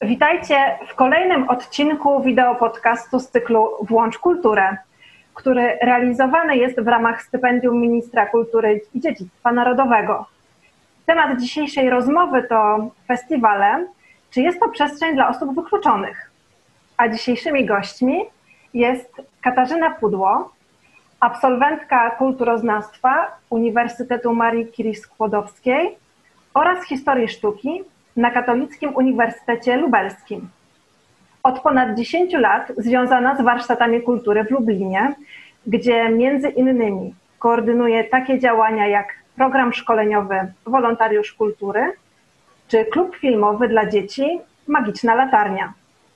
Witajcie w kolejnym odcinku wideopodcastu z cyklu Włącz Kulturę, który realizowany jest w ramach stypendium Ministra Kultury i Dziedzictwa Narodowego. Temat dzisiejszej rozmowy to festiwale, czy jest to przestrzeń dla osób wykluczonych? A dzisiejszymi gośćmi jest Katarzyna Pudło, absolwentka kulturoznawstwa Uniwersytetu Marii Curie-Skłodowskiej oraz historii sztuki na Katolickim Uniwersytecie Lubelskim. Od ponad 10 lat związana z warsztatami kultury w Lublinie, gdzie między innymi koordynuje takie działania jak program szkoleniowy Wolontariusz Kultury czy klub filmowy dla dzieci Magiczna Latarnia.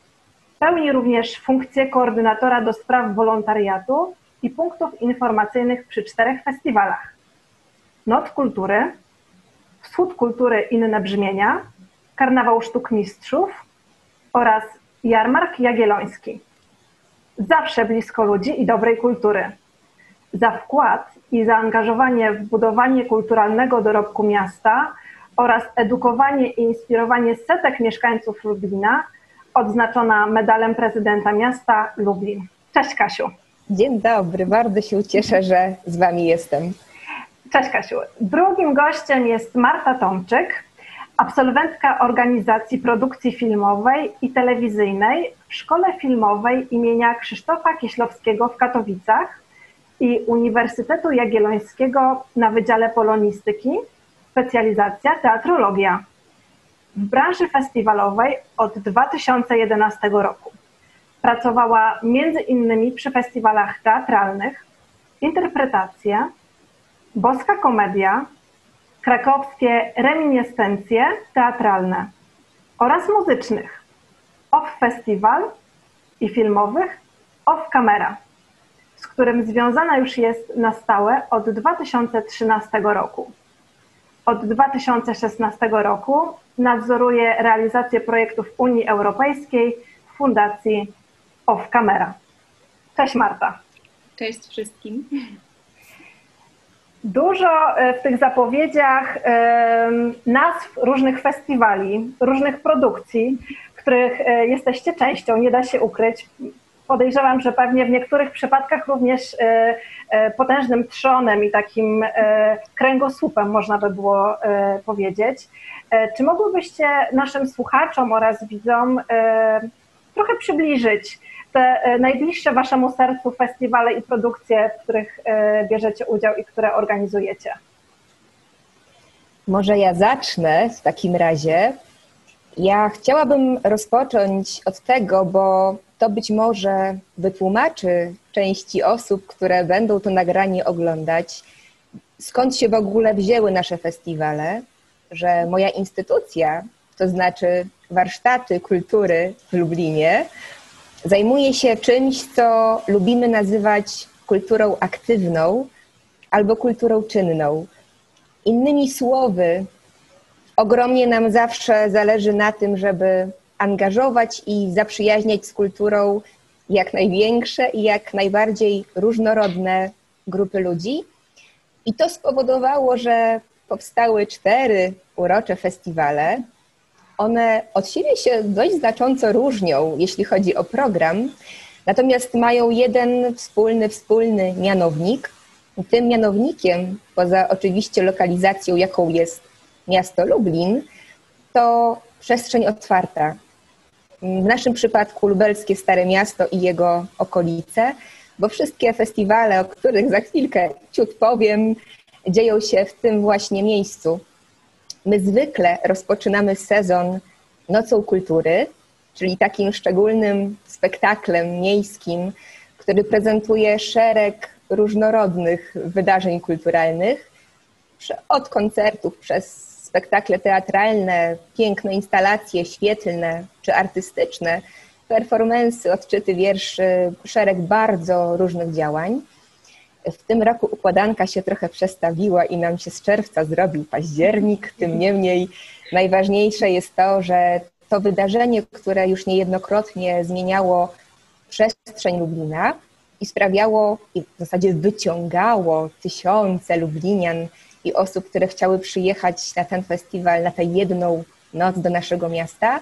Pełni również funkcję koordynatora do spraw wolontariatu i punktów informacyjnych przy 4 festiwalach: Noc Kultury, Wschód Kultury Inne Brzmienia, Karnawał Sztuk Mistrzów oraz Jarmark Jagielloński. Zawsze blisko ludzi i dobrej kultury. Za wkład i zaangażowanie w budowanie kulturalnego dorobku miasta oraz edukowanie i inspirowanie setek mieszkańców Lublina odznaczona medalem prezydenta miasta Lublin. Cześć Kasiu. Dzień dobry, bardzo się cieszę, że z Wami jestem. Cześć Kasiu. Drugim gościem jest Marta Tomczyk, absolwentka organizacji produkcji filmowej i telewizyjnej w Szkole Filmowej imienia Krzysztofa Kieślowskiego w Katowicach i Uniwersytetu Jagiellońskiego na Wydziale Polonistyki, specjalizacja teatrologia. W branży festiwalowej od 2011 roku. Pracowała między innymi przy festiwalach teatralnych Interpretacje, Boska Komedia, krakowskie reminiscencje teatralne oraz muzycznych Off Festival i filmowych Off Camera, z którym związana już jest na stałe od 2013 roku. Od 2016 roku nadzoruje realizację projektów Unii Europejskiej w Fundacji Off Camera. Cześć Marta. Cześć wszystkim. Dużo w tych zapowiedziach nazw różnych festiwali, różnych produkcji, których jesteście częścią, nie da się ukryć. Podejrzewam, że pewnie w niektórych przypadkach również potężnym trzonem i takim kręgosłupem, można by było powiedzieć. Czy mogłybyście naszym słuchaczom oraz widzom trochę przybliżyć te najbliższe Waszemu sercu festiwale i produkcje, w których bierzecie udział i które organizujecie? Może ja zacznę w takim razie. Ja chciałabym rozpocząć od tego, bo to być może wytłumaczy części osób, które będą to nagranie oglądać, skąd się w ogóle wzięły nasze festiwale, że moja instytucja, to znaczy warsztaty kultury w Lublinie, zajmuje się czymś, co lubimy nazywać kulturą aktywną albo kulturą czynną. Innymi słowy, ogromnie nam zawsze zależy na tym, żeby angażować i zaprzyjaźniać z kulturą jak największe i jak najbardziej różnorodne grupy ludzi. I to spowodowało, że powstały 4 urocze festiwale. One od siebie się dość znacząco różnią, jeśli chodzi o program, natomiast mają jeden wspólny mianownik. I tym mianownikiem, poza oczywiście lokalizacją, jaką jest miasto Lublin, to przestrzeń otwarta. W naszym przypadku lubelskie Stare Miasto i jego okolice, bo wszystkie festiwale, o których za chwilkę ciut powiem, dzieją się w tym właśnie miejscu. My zwykle rozpoczynamy sezon Nocą Kultury, czyli takim szczególnym spektaklem miejskim, który prezentuje szereg różnorodnych wydarzeń kulturalnych, od koncertów przez spektakle teatralne, piękne instalacje świetlne czy artystyczne, performansy, odczyty wierszy, szereg bardzo różnych działań. W tym roku układanka się trochę przestawiła i nam się z czerwca zrobił październik. Tym niemniej najważniejsze jest to, że to wydarzenie, które już niejednokrotnie zmieniało przestrzeń Lublina i sprawiało, i w zasadzie wyciągało tysiące lublinian i osób, które chciały przyjechać na ten festiwal, na tę jedną noc do naszego miasta,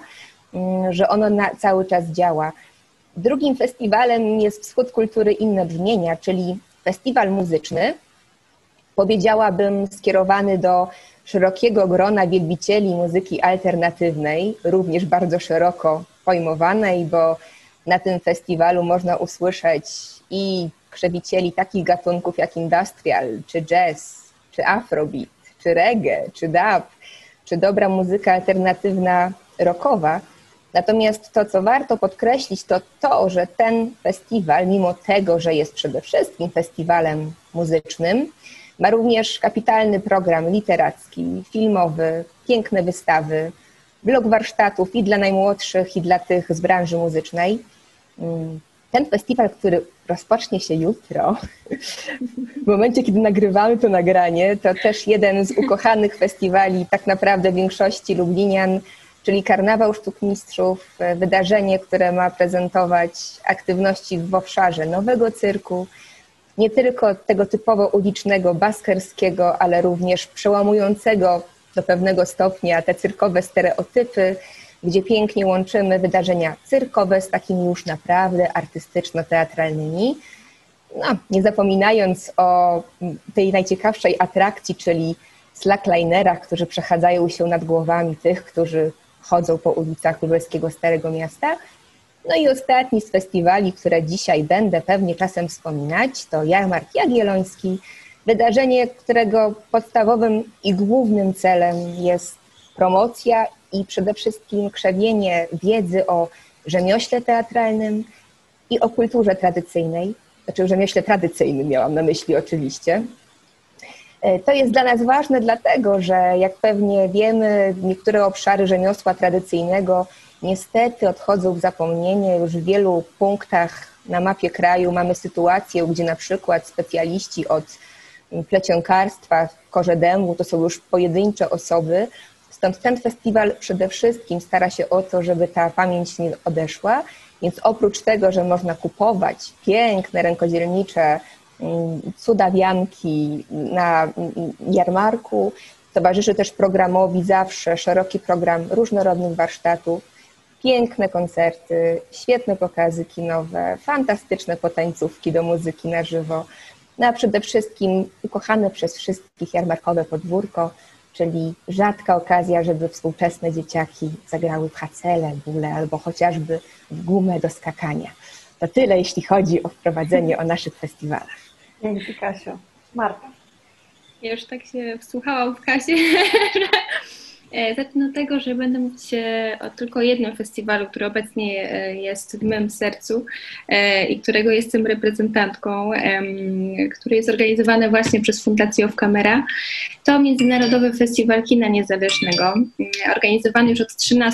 że ono cały czas działa. Drugim festiwalem jest Wschód Kultury Inne Brzmienia, czyli festiwal muzyczny, powiedziałabym skierowany do szerokiego grona wielbicieli muzyki alternatywnej, również bardzo szeroko pojmowanej, bo na tym festiwalu można usłyszeć i krzewicieli takich gatunków jak industrial, czy jazz, czy afrobeat, czy reggae, czy dub, czy dobra muzyka alternatywna rockowa. Natomiast to, co warto podkreślić, to to, że ten festiwal, mimo tego, że jest przede wszystkim festiwalem muzycznym, ma również kapitalny program literacki, filmowy, piękne wystawy, blok warsztatów i dla najmłodszych, i dla tych z branży muzycznej. Ten festiwal, który rozpocznie się jutro, w momencie, kiedy nagrywamy to nagranie, to też jeden z ukochanych festiwali tak naprawdę większości lublinian, czyli Karnawał Sztuk Mistrzów, wydarzenie, które ma prezentować aktywności w obszarze nowego cyrku, nie tylko tego typowo ulicznego, baskerskiego, ale również przełamującego do pewnego stopnia te cyrkowe stereotypy, gdzie pięknie łączymy wydarzenia cyrkowe z takimi już naprawdę artystyczno-teatralnymi. No, nie zapominając o tej najciekawszej atrakcji, czyli slacklinerach, którzy przechadzają się nad głowami tych, którzy chodzą po ulicach lubelskiego Starego Miasta. No i ostatni z festiwali, które dzisiaj będę pewnie czasem wspominać, to Jarmark Jagielloński. Wydarzenie, którego podstawowym i głównym celem jest promocja i przede wszystkim krzewienie wiedzy o rzemiośle teatralnym i o kulturze tradycyjnej. Znaczy o rzemiośle tradycyjnym miałam na myśli oczywiście. To jest dla nas ważne dlatego, że jak pewnie wiemy, niektóre obszary rzemiosła tradycyjnego niestety odchodzą w zapomnienie. Już w wielu punktach na mapie kraju mamy sytuację, gdzie na przykład specjaliści od plecionkarstwa, korze dębu to są już pojedyncze osoby. Stąd ten festiwal przede wszystkim stara się o to, żeby ta pamięć nie odeszła. Więc oprócz tego, że można kupować piękne rękodzielnicze cudawianki na jarmarku, towarzyszy też programowi zawsze szeroki program różnorodnych warsztatów, piękne koncerty, świetne pokazy kinowe, fantastyczne potańcówki do muzyki na żywo, no a przede wszystkim ukochane przez wszystkich jarmarkowe podwórko, czyli rzadka okazja, żeby współczesne dzieciaki zagrały w hacele, bóle albo chociażby w gumę do skakania. To tyle, jeśli chodzi o wprowadzenie o naszych festiwalach. Dzięki, Kasiu. Marta. Ja już tak się wsłuchałam w Kasię. Zacznę od tego, że będę mówić o tylko jednym festiwalu, który obecnie jest w mym sercu i którego jestem reprezentantką, który jest organizowany właśnie przez Fundację Off Camera. To Międzynarodowy Festiwal Kina Niezależnego, organizowany już od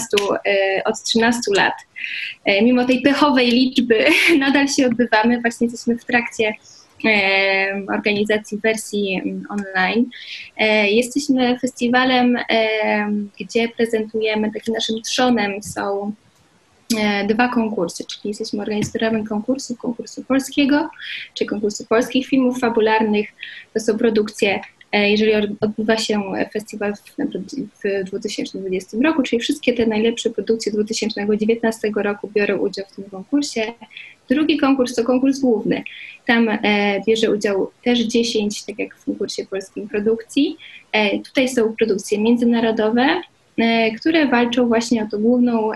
13 lat. Mimo tej pechowej liczby nadal się odbywamy, właśnie jesteśmy w trakcie organizacji wersji online. Jesteśmy festiwalem, gdzie prezentujemy, takim naszym trzonem są dwa konkursy, czyli jesteśmy organizatorami konkursu polskiego, czy konkursu polskich filmów fabularnych. To są produkcje, jeżeli odbywa się festiwal w 2020 roku, czyli wszystkie te najlepsze produkcje 2019 roku biorą udział w tym konkursie. Drugi konkurs to konkurs główny. Tam bierze udział też 10, tak jak w konkursie polskim, produkcji. Tutaj są produkcje międzynarodowe, które walczą właśnie o tą główną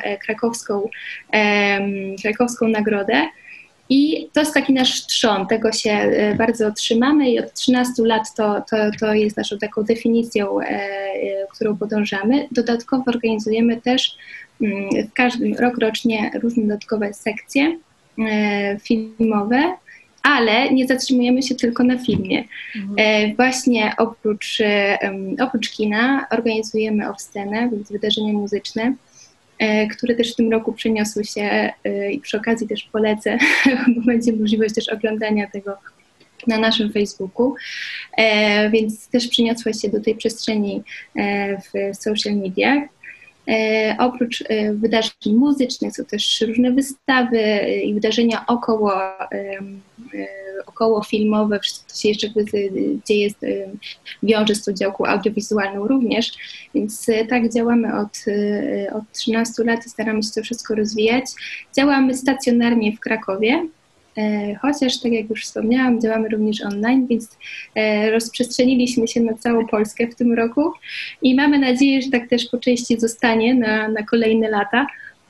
krakowską nagrodę. I to jest taki nasz trzon, tego się bardzo trzymamy i od 13 lat to jest naszą taką definicją, którą podążamy. Dodatkowo organizujemy też rocznie różne dodatkowe sekcje filmowe, ale nie zatrzymujemy się tylko na filmie. Właśnie oprócz kina organizujemy off-scenę, więc wydarzenia muzyczne, które też w tym roku przeniosły się i przy okazji też polecę, bo będzie możliwość też oglądania tego na naszym Facebooku, więc też przeniosła się do tej przestrzeni w social mediach. Oprócz wydarzeń muzycznych są też różne wystawy i wydarzenia około koło filmowe, wszystko się jeszcze dzieje, wiąże z tą działką audiowizualną również, więc tak działamy od 13 lat i staramy się to wszystko rozwijać. Działamy stacjonarnie w Krakowie, chociaż, tak jak już wspomniałam, działamy również online, więc rozprzestrzeniliśmy się na całą Polskę w tym roku i mamy nadzieję, że tak też po części zostanie na kolejne lata,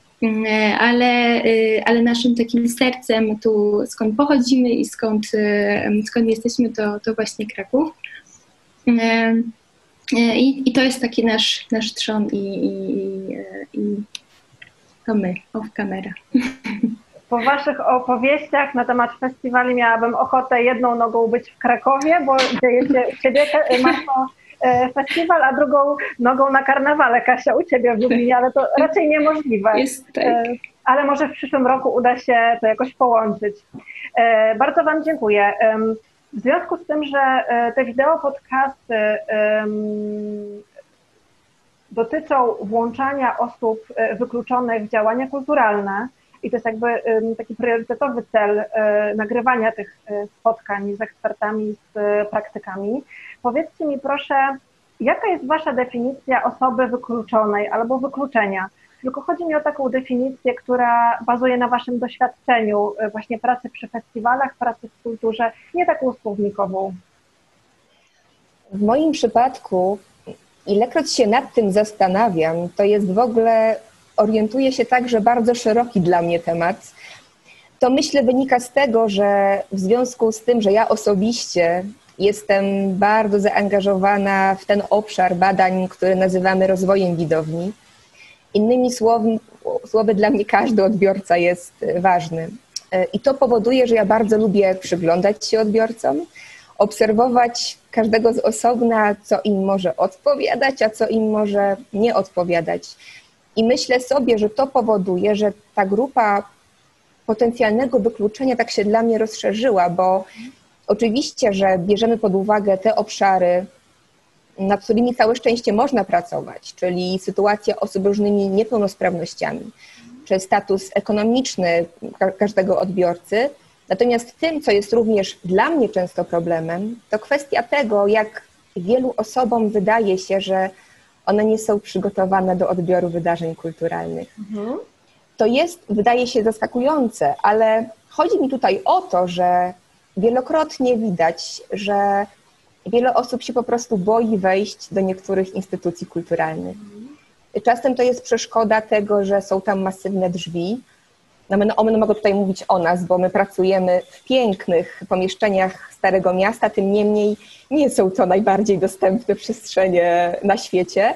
ale naszym takim sercem, tu skąd pochodzimy i skąd jesteśmy, to właśnie Kraków. I to jest taki nasz trzon i to my, off camera. Po waszych opowieściach na temat festiwali miałabym ochotę jedną nogą być w Krakowie, bo dzieje się u ciebie, Marto, festiwal, a drugą nogą na karnawale, Kasia, u ciebie w Lublinie, ale to raczej niemożliwe. Jest tak. Ale może w przyszłym roku uda się to jakoś połączyć. Bardzo wam dziękuję. W związku z tym, że te wideo podcasty dotyczą włączania osób wykluczonych w działania kulturalne, i to jest jakby taki priorytetowy cel nagrywania tych spotkań z ekspertami, z praktykami. Powiedzcie mi proszę, jaka jest wasza definicja osoby wykluczonej albo wykluczenia? Tylko chodzi mi o taką definicję, która bazuje na waszym doświadczeniu właśnie pracy przy festiwalach, pracy w kulturze, nie taką słownikową. W moim przypadku, ilekroć się nad tym zastanawiam, to jest w ogóle, orientuję się tak, że bardzo szeroki dla mnie temat. To myślę wynika z tego, że w związku z tym, że ja osobiście jestem bardzo zaangażowana w ten obszar badań, który nazywamy rozwojem widowni. Innymi słowy, dla mnie każdy odbiorca jest ważny. I to powoduje, że ja bardzo lubię przyglądać się odbiorcom, obserwować każdego z osobna, co im może odpowiadać, a co im może nie odpowiadać. I myślę sobie, że to powoduje, że ta grupa potencjalnego wykluczenia tak się dla mnie rozszerzyła, bo oczywiście, że bierzemy pod uwagę te obszary, nad którymi całe szczęście można pracować, czyli sytuacja osób z różnymi niepełnosprawnościami, czy status ekonomiczny każdego odbiorcy. Natomiast tym, co jest również dla mnie często problemem, to kwestia tego, jak wielu osobom wydaje się, że one nie są przygotowane do odbioru wydarzeń kulturalnych. To jest, wydaje się, zaskakujące, ale chodzi mi tutaj o to, że wielokrotnie widać, że wiele osób się po prostu boi wejść do niektórych instytucji kulturalnych. Czasem to jest przeszkoda tego, że są tam masywne drzwi. One mogą tutaj mówić o nas, bo my pracujemy w pięknych pomieszczeniach Starego Miasta, tym niemniej nie są to najbardziej dostępne przestrzenie na świecie.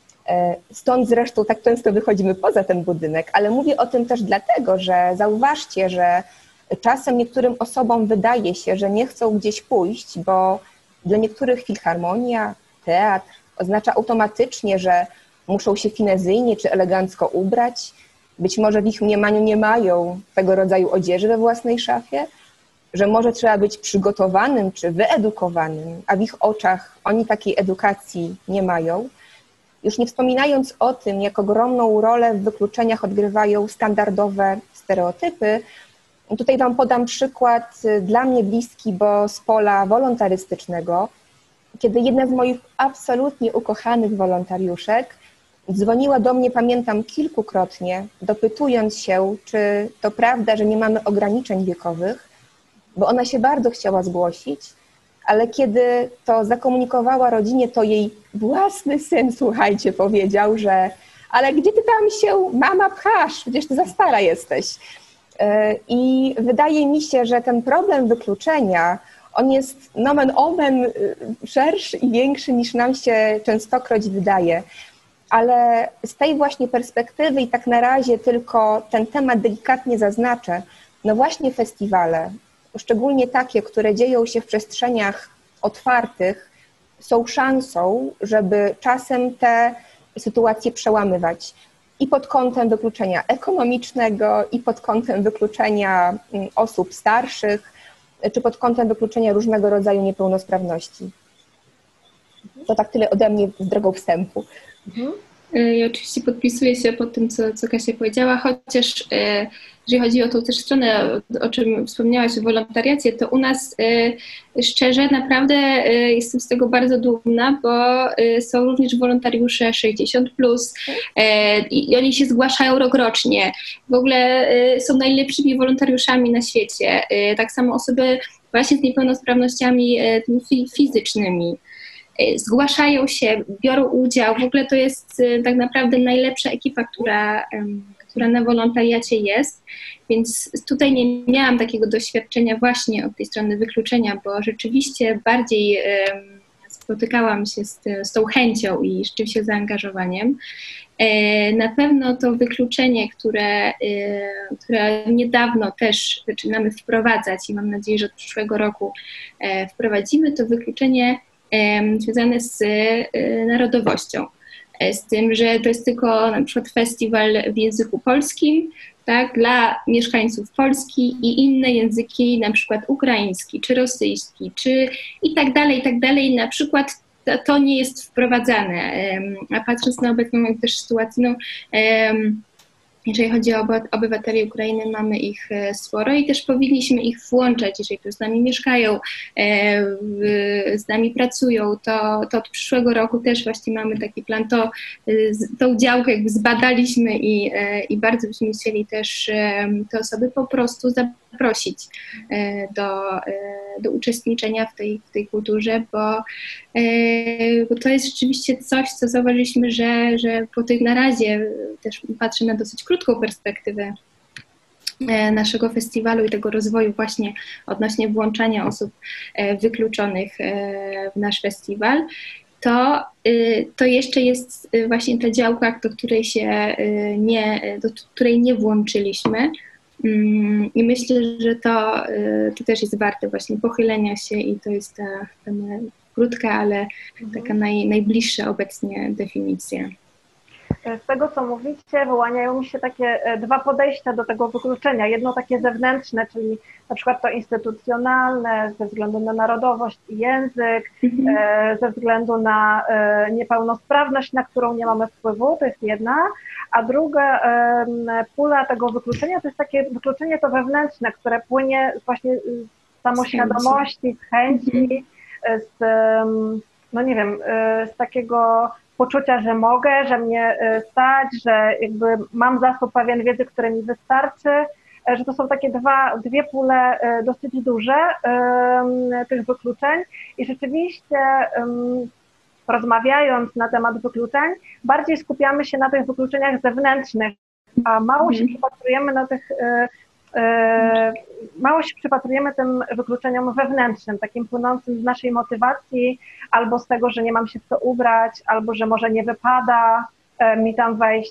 Stąd zresztą tak często wychodzimy poza ten budynek, ale mówię o tym też dlatego, że zauważcie, że czasem niektórym osobom wydaje się, że nie chcą gdzieś pójść, bo dla niektórych filharmonia, teatr oznacza automatycznie, że muszą się finezyjnie czy elegancko ubrać. Być może w ich mniemaniu nie mają tego rodzaju odzieży we własnej szafie, że może trzeba być przygotowanym czy wyedukowanym, a w ich oczach oni takiej edukacji nie mają. Już nie wspominając o tym, jak ogromną rolę w wykluczeniach odgrywają standardowe stereotypy. Tutaj wam podam przykład dla mnie bliski, bo z pola wolontarystycznego, kiedy jedna z moich absolutnie ukochanych wolontariuszek dzwoniła do mnie, pamiętam, kilkukrotnie, dopytując się, czy to prawda, że nie mamy ograniczeń wiekowych, bo ona się bardzo chciała zgłosić, ale kiedy to zakomunikowała rodzinie, to jej własny syn, słuchajcie, powiedział, że ale gdzie ty tam się, mama, pchasz, przecież ty za stara jesteś. I wydaje mi się, że ten problem wykluczenia, on jest nomen omen szerszy i większy niż nam się częstokroć wydaje. Ale z tej właśnie perspektywy i tak na razie tylko ten temat delikatnie zaznaczę, no właśnie festiwale, szczególnie takie, które dzieją się w przestrzeniach otwartych, są szansą, żeby czasem te sytuacje przełamywać. I pod kątem wykluczenia ekonomicznego, i pod kątem wykluczenia osób starszych, czy pod kątem wykluczenia różnego rodzaju niepełnosprawności. To tak tyle ode mnie z drogą wstępu. Ja oczywiście podpisuję się pod tym, co Kasia powiedziała, chociaż jeżeli chodzi o tą też stronę, o czym wspomniałaś, o wolontariacie, to u nas szczerze naprawdę jestem z tego bardzo dumna, bo są również wolontariusze 60+, i oni się zgłaszają rokrocznie. W ogóle są najlepszymi wolontariuszami na świecie. Tak samo osoby właśnie z niepełnosprawnościami tymi fizycznymi. Zgłaszają się, biorą udział. W ogóle to jest tak naprawdę najlepsza ekipa, która na wolontariacie jest, więc tutaj nie miałam takiego doświadczenia właśnie od tej strony wykluczenia, bo rzeczywiście bardziej spotykałam się z tą chęcią i rzeczywiście zaangażowaniem. Na pewno to wykluczenie, które niedawno też zaczynamy wprowadzać i mam nadzieję, że od przyszłego roku wprowadzimy, to wykluczenie związane z narodowością. Z tym, że to jest tylko na przykład festiwal w języku polskim, tak, dla mieszkańców Polski i inne języki, na przykład ukraiński, czy rosyjski, czy i tak dalej, na przykład to nie jest wprowadzane. A patrząc na obecną też sytuację, no, jeżeli chodzi o obywateli Ukrainy, mamy ich sporo i też powinniśmy ich włączać, jeżeli tu z nami mieszkają, z nami pracują, to od przyszłego roku też właśnie mamy taki plan, tą działkę jakby zbadaliśmy i bardzo byśmy chcieli też te osoby po prostu zaprosić do uczestniczenia w tej kulturze, bo to jest rzeczywiście coś, co zauważyliśmy, że po tych na razie też patrzę na dosyć krótką perspektywę naszego festiwalu i tego rozwoju właśnie odnośnie włączania osób wykluczonych w nasz festiwal, to jeszcze jest właśnie ta działka, do której nie włączyliśmy. I myślę, że to też jest warte właśnie pochylenia się i to jest ta krótka, ale taka najbliższa obecnie definicja. Z tego, co mówicie, wyłaniają mi się takie dwa podejścia do tego wykluczenia. Jedno takie zewnętrzne, czyli na przykład to instytucjonalne, ze względu na narodowość i język, ze względu na niepełnosprawność, na którą nie mamy wpływu, to jest jedna. A druga pula tego wykluczenia to jest takie wykluczenie to wewnętrzne, które płynie właśnie z samoświadomości, z chęci, no nie wiem, z takiego poczucia, że mogę, że mnie stać, że jakby mam zasób pewien wiedzy, który mi wystarczy, że to są takie dwie pule dosyć duże tych wykluczeń i rzeczywiście rozmawiając na temat wykluczeń, bardziej skupiamy się na tych wykluczeniach zewnętrznych, a mało się przypatrujemy tym wykluczeniom wewnętrznym, takim płynącym z naszej motywacji, albo z tego, że nie mam się w co ubrać, albo że może nie wypada mi tam wejść.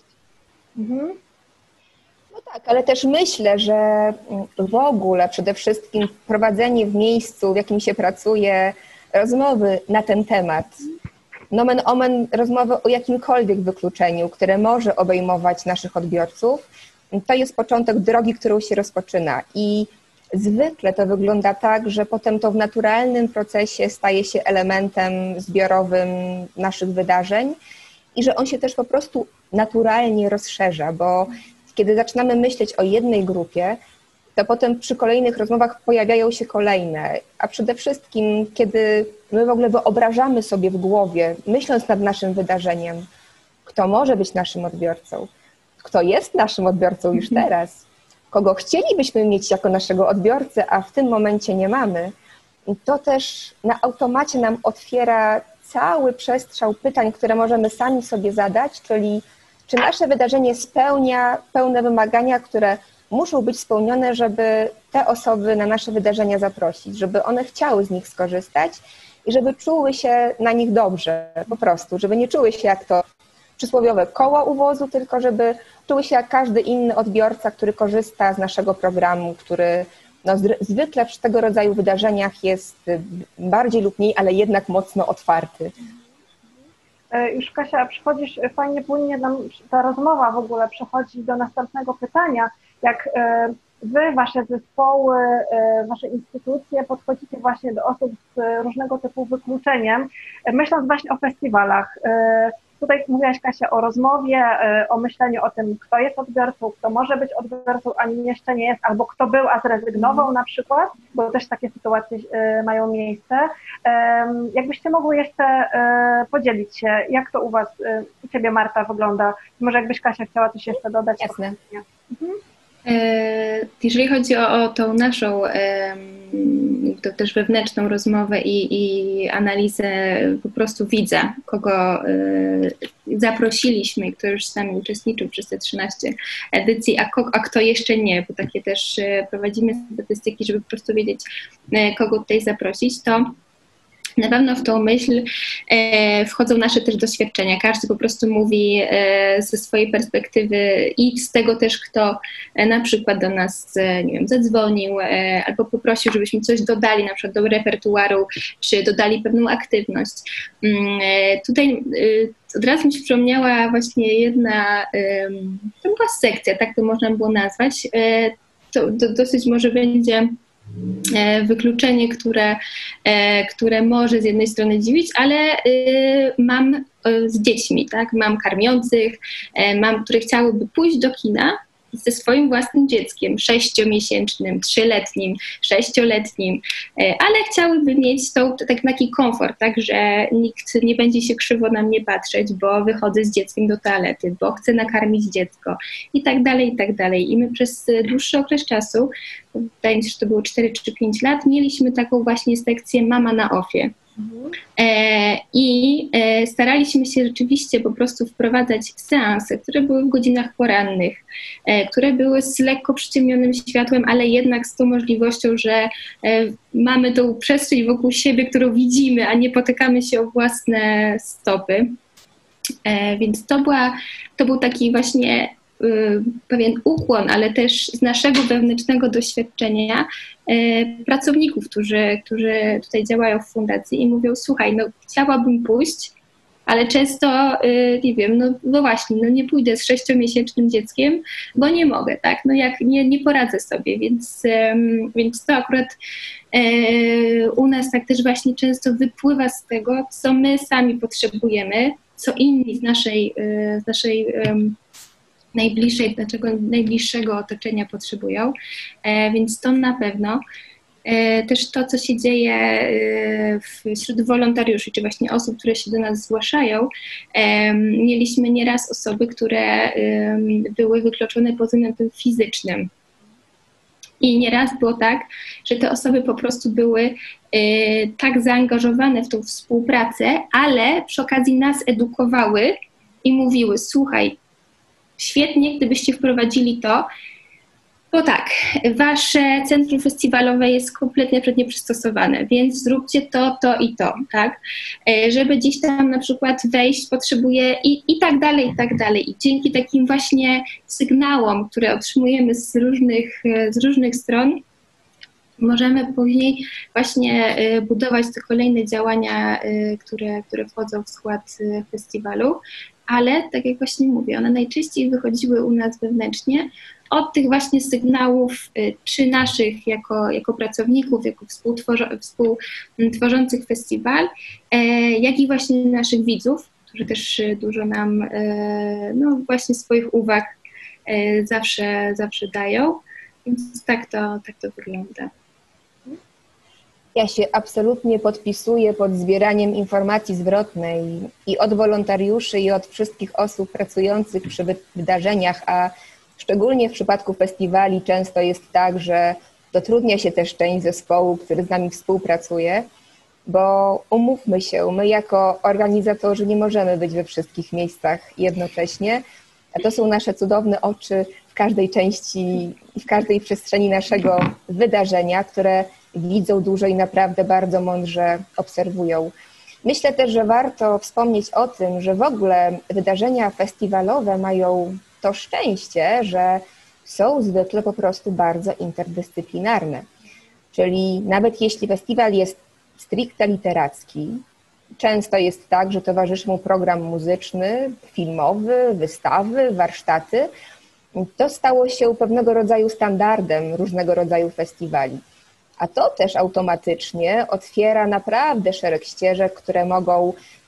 No tak, ale też myślę, że w ogóle przede wszystkim prowadzenie w miejscu, w jakim się pracuje, rozmowy na ten temat, nomen omen rozmowy o jakimkolwiek wykluczeniu, które może obejmować naszych odbiorców, to jest początek drogi, którą się rozpoczyna i zwykle to wygląda tak, że potem to w naturalnym procesie staje się elementem zbiorowym naszych wydarzeń i że on się też po prostu naturalnie rozszerza, bo kiedy zaczynamy myśleć o jednej grupie, to potem przy kolejnych rozmowach pojawiają się kolejne, a przede wszystkim, kiedy my w ogóle wyobrażamy sobie w głowie, myśląc nad naszym wydarzeniem, kto może być naszym odbiorcą, kto jest naszym odbiorcą już teraz, kogo chcielibyśmy mieć jako naszego odbiorcę, a w tym momencie nie mamy, to też na automacie nam otwiera cały przestrzał pytań, które możemy sami sobie zadać, czyli czy nasze wydarzenie spełnia pełne wymagania, które muszą być spełnione, żeby te osoby na nasze wydarzenia zaprosić, żeby one chciały z nich skorzystać i żeby czuły się na nich dobrze, po prostu, żeby nie czuły się jak to przysłowiowe koło u wozu, tylko żeby czuły się jak każdy inny odbiorca, który korzysta z naszego programu, który zwykle przy tego rodzaju wydarzeniach jest bardziej lub mniej, ale jednak mocno otwarty. Już Kasia, przychodzisz, fajnie płynnie nam ta rozmowa w ogóle przechodzi do następnego pytania. Jak wy, wasze zespoły, wasze instytucje podchodzicie właśnie do osób z różnego typu wykluczeniem, myśląc właśnie o festiwalach. tutaj mówiłaś, Kasia, o rozmowie, o myśleniu o tym, kto jest odbiorcą, kto może być odbiorcą, a jeszcze nie jest, albo kto był, a zrezygnował na przykład, bo też takie sytuacje mają miejsce. Jakbyście mogły jeszcze podzielić się, jak to u Ciebie, Marta, wygląda? Może jakbyś, Kasia, chciała coś jeszcze dodać? Jasne. Jeżeli chodzi o tą naszą to też wewnętrzną rozmowę i analizę po prostu widza, kogo zaprosiliśmy i kto już z nami uczestniczył przez te 13 edycji, a kto jeszcze nie, bo takie też prowadzimy statystyki, żeby po prostu wiedzieć, kogo tutaj zaprosić, to na pewno w tą myśl wchodzą nasze też doświadczenia. Każdy po prostu mówi ze swojej perspektywy i z tego też, kto na przykład do nas, nie wiem, zadzwonił albo poprosił, żebyśmy coś dodali na przykład do repertuaru, czy dodali pewną aktywność. Tutaj od razu mi się przypomniała właśnie jedna, to była sekcja, tak to można było nazwać. To dosyć może będzie wykluczenie, które może z jednej strony dziwić, ale mam z dziećmi, tak? Mam karmiących, które chciałyby pójść do kina ze swoim własnym dzieckiem, 6-miesięcznym, 3-letnim, 6-letnim, ale chciałyby mieć taki komfort, tak, że nikt nie będzie się krzywo na mnie patrzeć, bo wychodzę z dzieckiem do toalety, bo chcę nakarmić dziecko i tak dalej, i tak dalej. I my przez dłuższy okres czasu, wydaje mi się, że to było 4 czy 5 lat, mieliśmy taką właśnie sekcję Mama na Offie. I staraliśmy się rzeczywiście po prostu wprowadzać seanse, które były w godzinach porannych, które były z lekko przyciemnionym światłem, ale jednak z tą możliwością, że mamy tą przestrzeń wokół siebie, którą widzimy, a nie potykamy się o własne stopy. Więc to był taki właśnie pewien ukłon, ale też z naszego wewnętrznego doświadczenia pracowników, którzy tutaj działają w fundacji i mówią, słuchaj, no chciałabym pójść, ale często, nie wiem, no właśnie, no nie pójdę z 6-miesięcznym dzieckiem, bo nie mogę, tak, no jak nie poradzę sobie, więc to akurat u nas tak też właśnie często wypływa z tego, co my sami potrzebujemy, co inni z naszej najbliższego otoczenia potrzebują, więc to na pewno. Też to, co się dzieje wśród wolontariuszy, czy właśnie osób, które się do nas zgłaszają, mieliśmy nieraz osoby, które były wykluczone pod względem fizycznym. I nieraz było tak, że te osoby po prostu były tak zaangażowane w tą współpracę, ale przy okazji nas edukowały i mówiły, słuchaj, świetnie, gdybyście wprowadzili to, bo tak, wasze centrum festiwalowe jest kompletnie nieprzystosowane, więc zróbcie to i to, tak? Żeby gdzieś tam na przykład wejść potrzebuje i tak dalej, i tak dalej. I dzięki takim właśnie sygnałom, które otrzymujemy z różnych stron, możemy później właśnie budować te kolejne działania, które wchodzą w skład festiwalu. Ale, tak jak właśnie mówię, one najczęściej wychodziły u nas wewnętrznie od tych właśnie sygnałów, czy naszych jako pracowników, jako współtworzących festiwal, jak i właśnie naszych widzów, którzy też dużo nam no właśnie swoich uwag zawsze dają. Więc tak to wygląda. Ja się absolutnie podpisuję pod zbieraniem informacji zwrotnej i od wolontariuszy, i od wszystkich osób pracujących przy wydarzeniach, a szczególnie w przypadku festiwali często jest tak, że dotrudnia się też część zespołu, który z nami współpracuje, bo umówmy się, my jako organizatorzy nie możemy być we wszystkich miejscach jednocześnie, a to są nasze cudowne oczy w każdej części i w każdej przestrzeni naszego wydarzenia, które widzą dużo i naprawdę bardzo mądrze obserwują. Myślę też, że warto wspomnieć o tym, że w ogóle wydarzenia festiwalowe mają to szczęście, że są zwykle po prostu bardzo interdyscyplinarne. Czyli nawet jeśli festiwal jest stricte literacki, często jest tak, że towarzyszy mu program muzyczny, filmowy, wystawy, warsztaty. To stało się pewnego rodzaju standardem różnego rodzaju festiwali. A to też automatycznie otwiera naprawdę szereg ścieżek, które mogą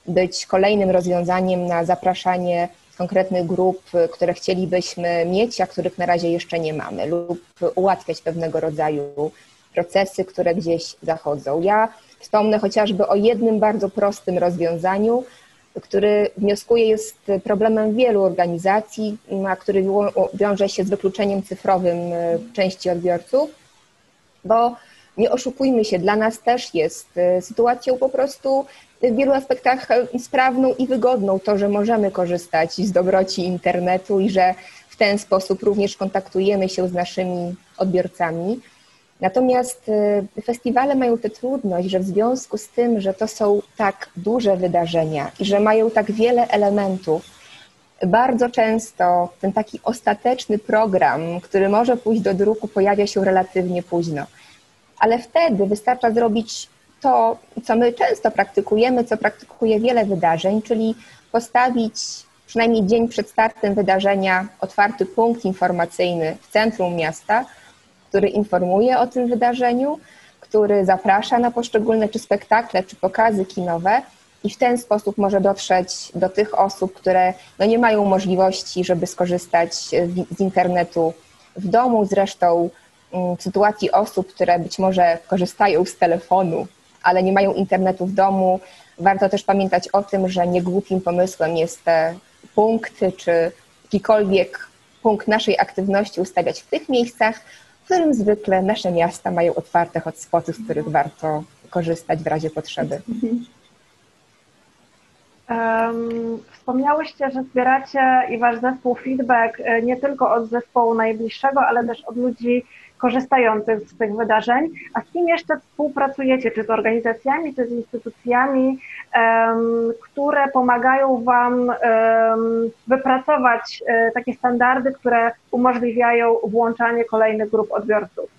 być kolejnym rozwiązaniem na zapraszanie konkretnych grup, które chcielibyśmy mieć, a których na razie jeszcze nie mamy, lub ułatwiać pewnego rodzaju procesy, które gdzieś zachodzą. Ja wspomnę chociażby o jednym bardzo prostym rozwiązaniu, który wnioskuję jest problemem wielu organizacji, a który wiąże się z wykluczeniem cyfrowym części odbiorców, bo nie oszukujmy się, dla nas też jest sytuacją po prostu w wielu aspektach sprawną i wygodną to, że możemy korzystać z dobroci internetu i że w ten sposób również kontaktujemy się z naszymi odbiorcami. Natomiast festiwale mają tę trudność, że w związku z tym, że to są tak duże wydarzenia i że mają tak wiele elementów, bardzo często ten taki ostateczny program, który może pójść do druku, pojawia się relatywnie późno. Ale wtedy wystarcza zrobić to, co my często praktykujemy, co praktykuje wiele wydarzeń, czyli postawić przynajmniej dzień przed startem wydarzenia otwarty punkt informacyjny w centrum miasta, który informuje o tym wydarzeniu, który zaprasza na poszczególne czy spektakle, czy pokazy kinowe i w ten sposób może dotrzeć do tych osób, które nie mają możliwości, żeby skorzystać z internetu w domu. Zresztą w sytuacji osób, które być może korzystają z telefonu, ale nie mają internetu w domu, warto też pamiętać o tym, że niegłupim pomysłem jest te punkty, czy jakikolwiek punkt naszej aktywności ustawiać w tych miejscach, w którym zwykle nasze miasta mają otwarte hotspoty, z których warto korzystać w razie potrzeby. Wspomniałyście, że zbieracie i wasz zespół feedback nie tylko od zespołu najbliższego, ale też od ludzi korzystających z tych wydarzeń. A z kim jeszcze współpracujecie? Czy z organizacjami, czy z instytucjami, które pomagają wam wypracować takie standardy, które umożliwiają włączanie kolejnych grup odbiorców?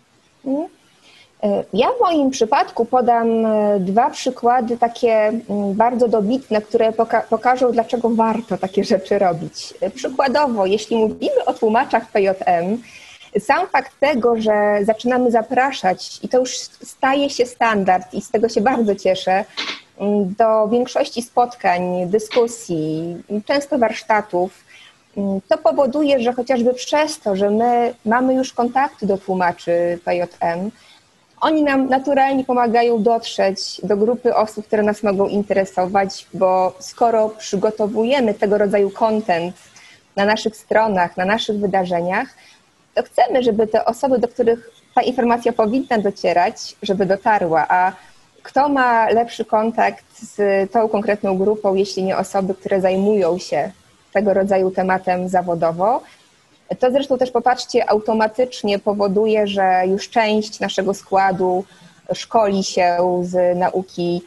Ja w moim przypadku podam dwa przykłady takie bardzo dobitne, które pokażą, dlaczego warto takie rzeczy robić. Przykładowo, jeśli mówimy o tłumaczach PJM, sam fakt tego, że zaczynamy zapraszać, i to już staje się standard i z tego się bardzo cieszę, do większości spotkań, dyskusji, często warsztatów, to powoduje, że chociażby przez to, że my mamy już kontakty do tłumaczy PJM, oni nam naturalnie pomagają dotrzeć do grupy osób, które nas mogą interesować, bo skoro przygotowujemy tego rodzaju content na naszych stronach, na naszych wydarzeniach, to chcemy, żeby te osoby, do których ta informacja powinna docierać, żeby dotarła. A kto ma lepszy kontakt z tą konkretną grupą, jeśli nie osoby, które zajmują się tego rodzaju tematem zawodowo? To zresztą też popatrzcie, automatycznie powoduje, że już część naszego składu szkoli się z nauki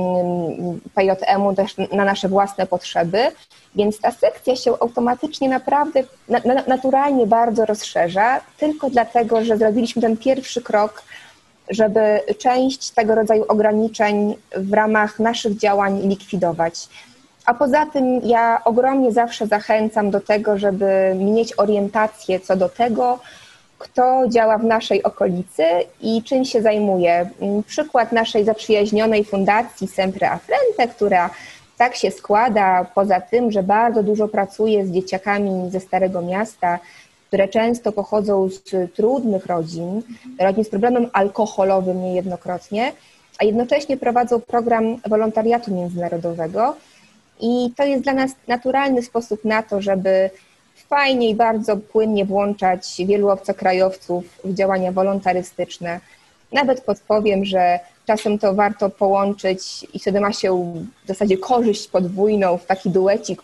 PJM-u też na nasze własne potrzeby, więc ta sekcja się automatycznie naprawdę naturalnie bardzo rozszerza, tylko dlatego, że zrobiliśmy ten pierwszy krok, żeby część tego rodzaju ograniczeń w ramach naszych działań likwidować. A poza tym ja ogromnie zawsze zachęcam do tego, żeby mieć orientację co do tego, kto działa w naszej okolicy i czym się zajmuje. Przykład naszej zaprzyjaźnionej fundacji Sempre a Frente, która tak się składa, poza tym, że bardzo dużo pracuje z dzieciakami ze Starego Miasta, które często pochodzą z trudnych rodzin z problemem alkoholowym niejednokrotnie, a jednocześnie prowadzą program wolontariatu międzynarodowego. I to jest dla nas naturalny sposób na to, żeby fajnie i bardzo płynnie włączać wielu obcokrajowców w działania wolontarystyczne. Nawet podpowiem, że czasem to warto połączyć i wtedy ma się w zasadzie korzyść podwójną w taki duecik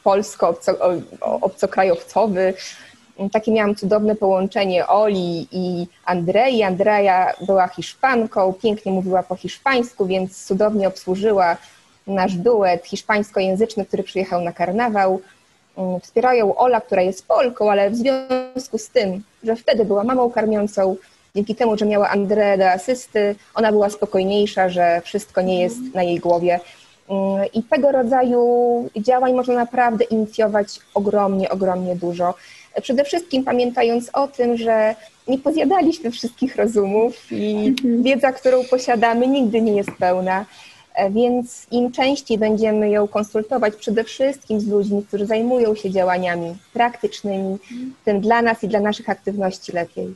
polsko-obcokrajowcowy. Takie miałam cudowne połączenie Oli i Andrei. Andrea była Hiszpanką, pięknie mówiła po hiszpańsku, więc cudownie obsłużyła nasz duet hiszpańskojęzyczny, który przyjechał na karnawał. Wspierają Ola, która jest Polką, ale w związku z tym, że wtedy była mamą karmiącą, dzięki temu, że miała Andreę do asysty, ona była spokojniejsza, że wszystko nie jest na jej głowie. I tego rodzaju działań można naprawdę inicjować ogromnie dużo. Przede wszystkim pamiętając o tym, że nie pozjadaliśmy wszystkich rozumów i wiedza, którą posiadamy, nigdy nie jest pełna. więc im częściej będziemy ją konsultować przede wszystkim z ludźmi, którzy zajmują się działaniami praktycznymi, tym dla nas i dla naszych aktywności lepiej.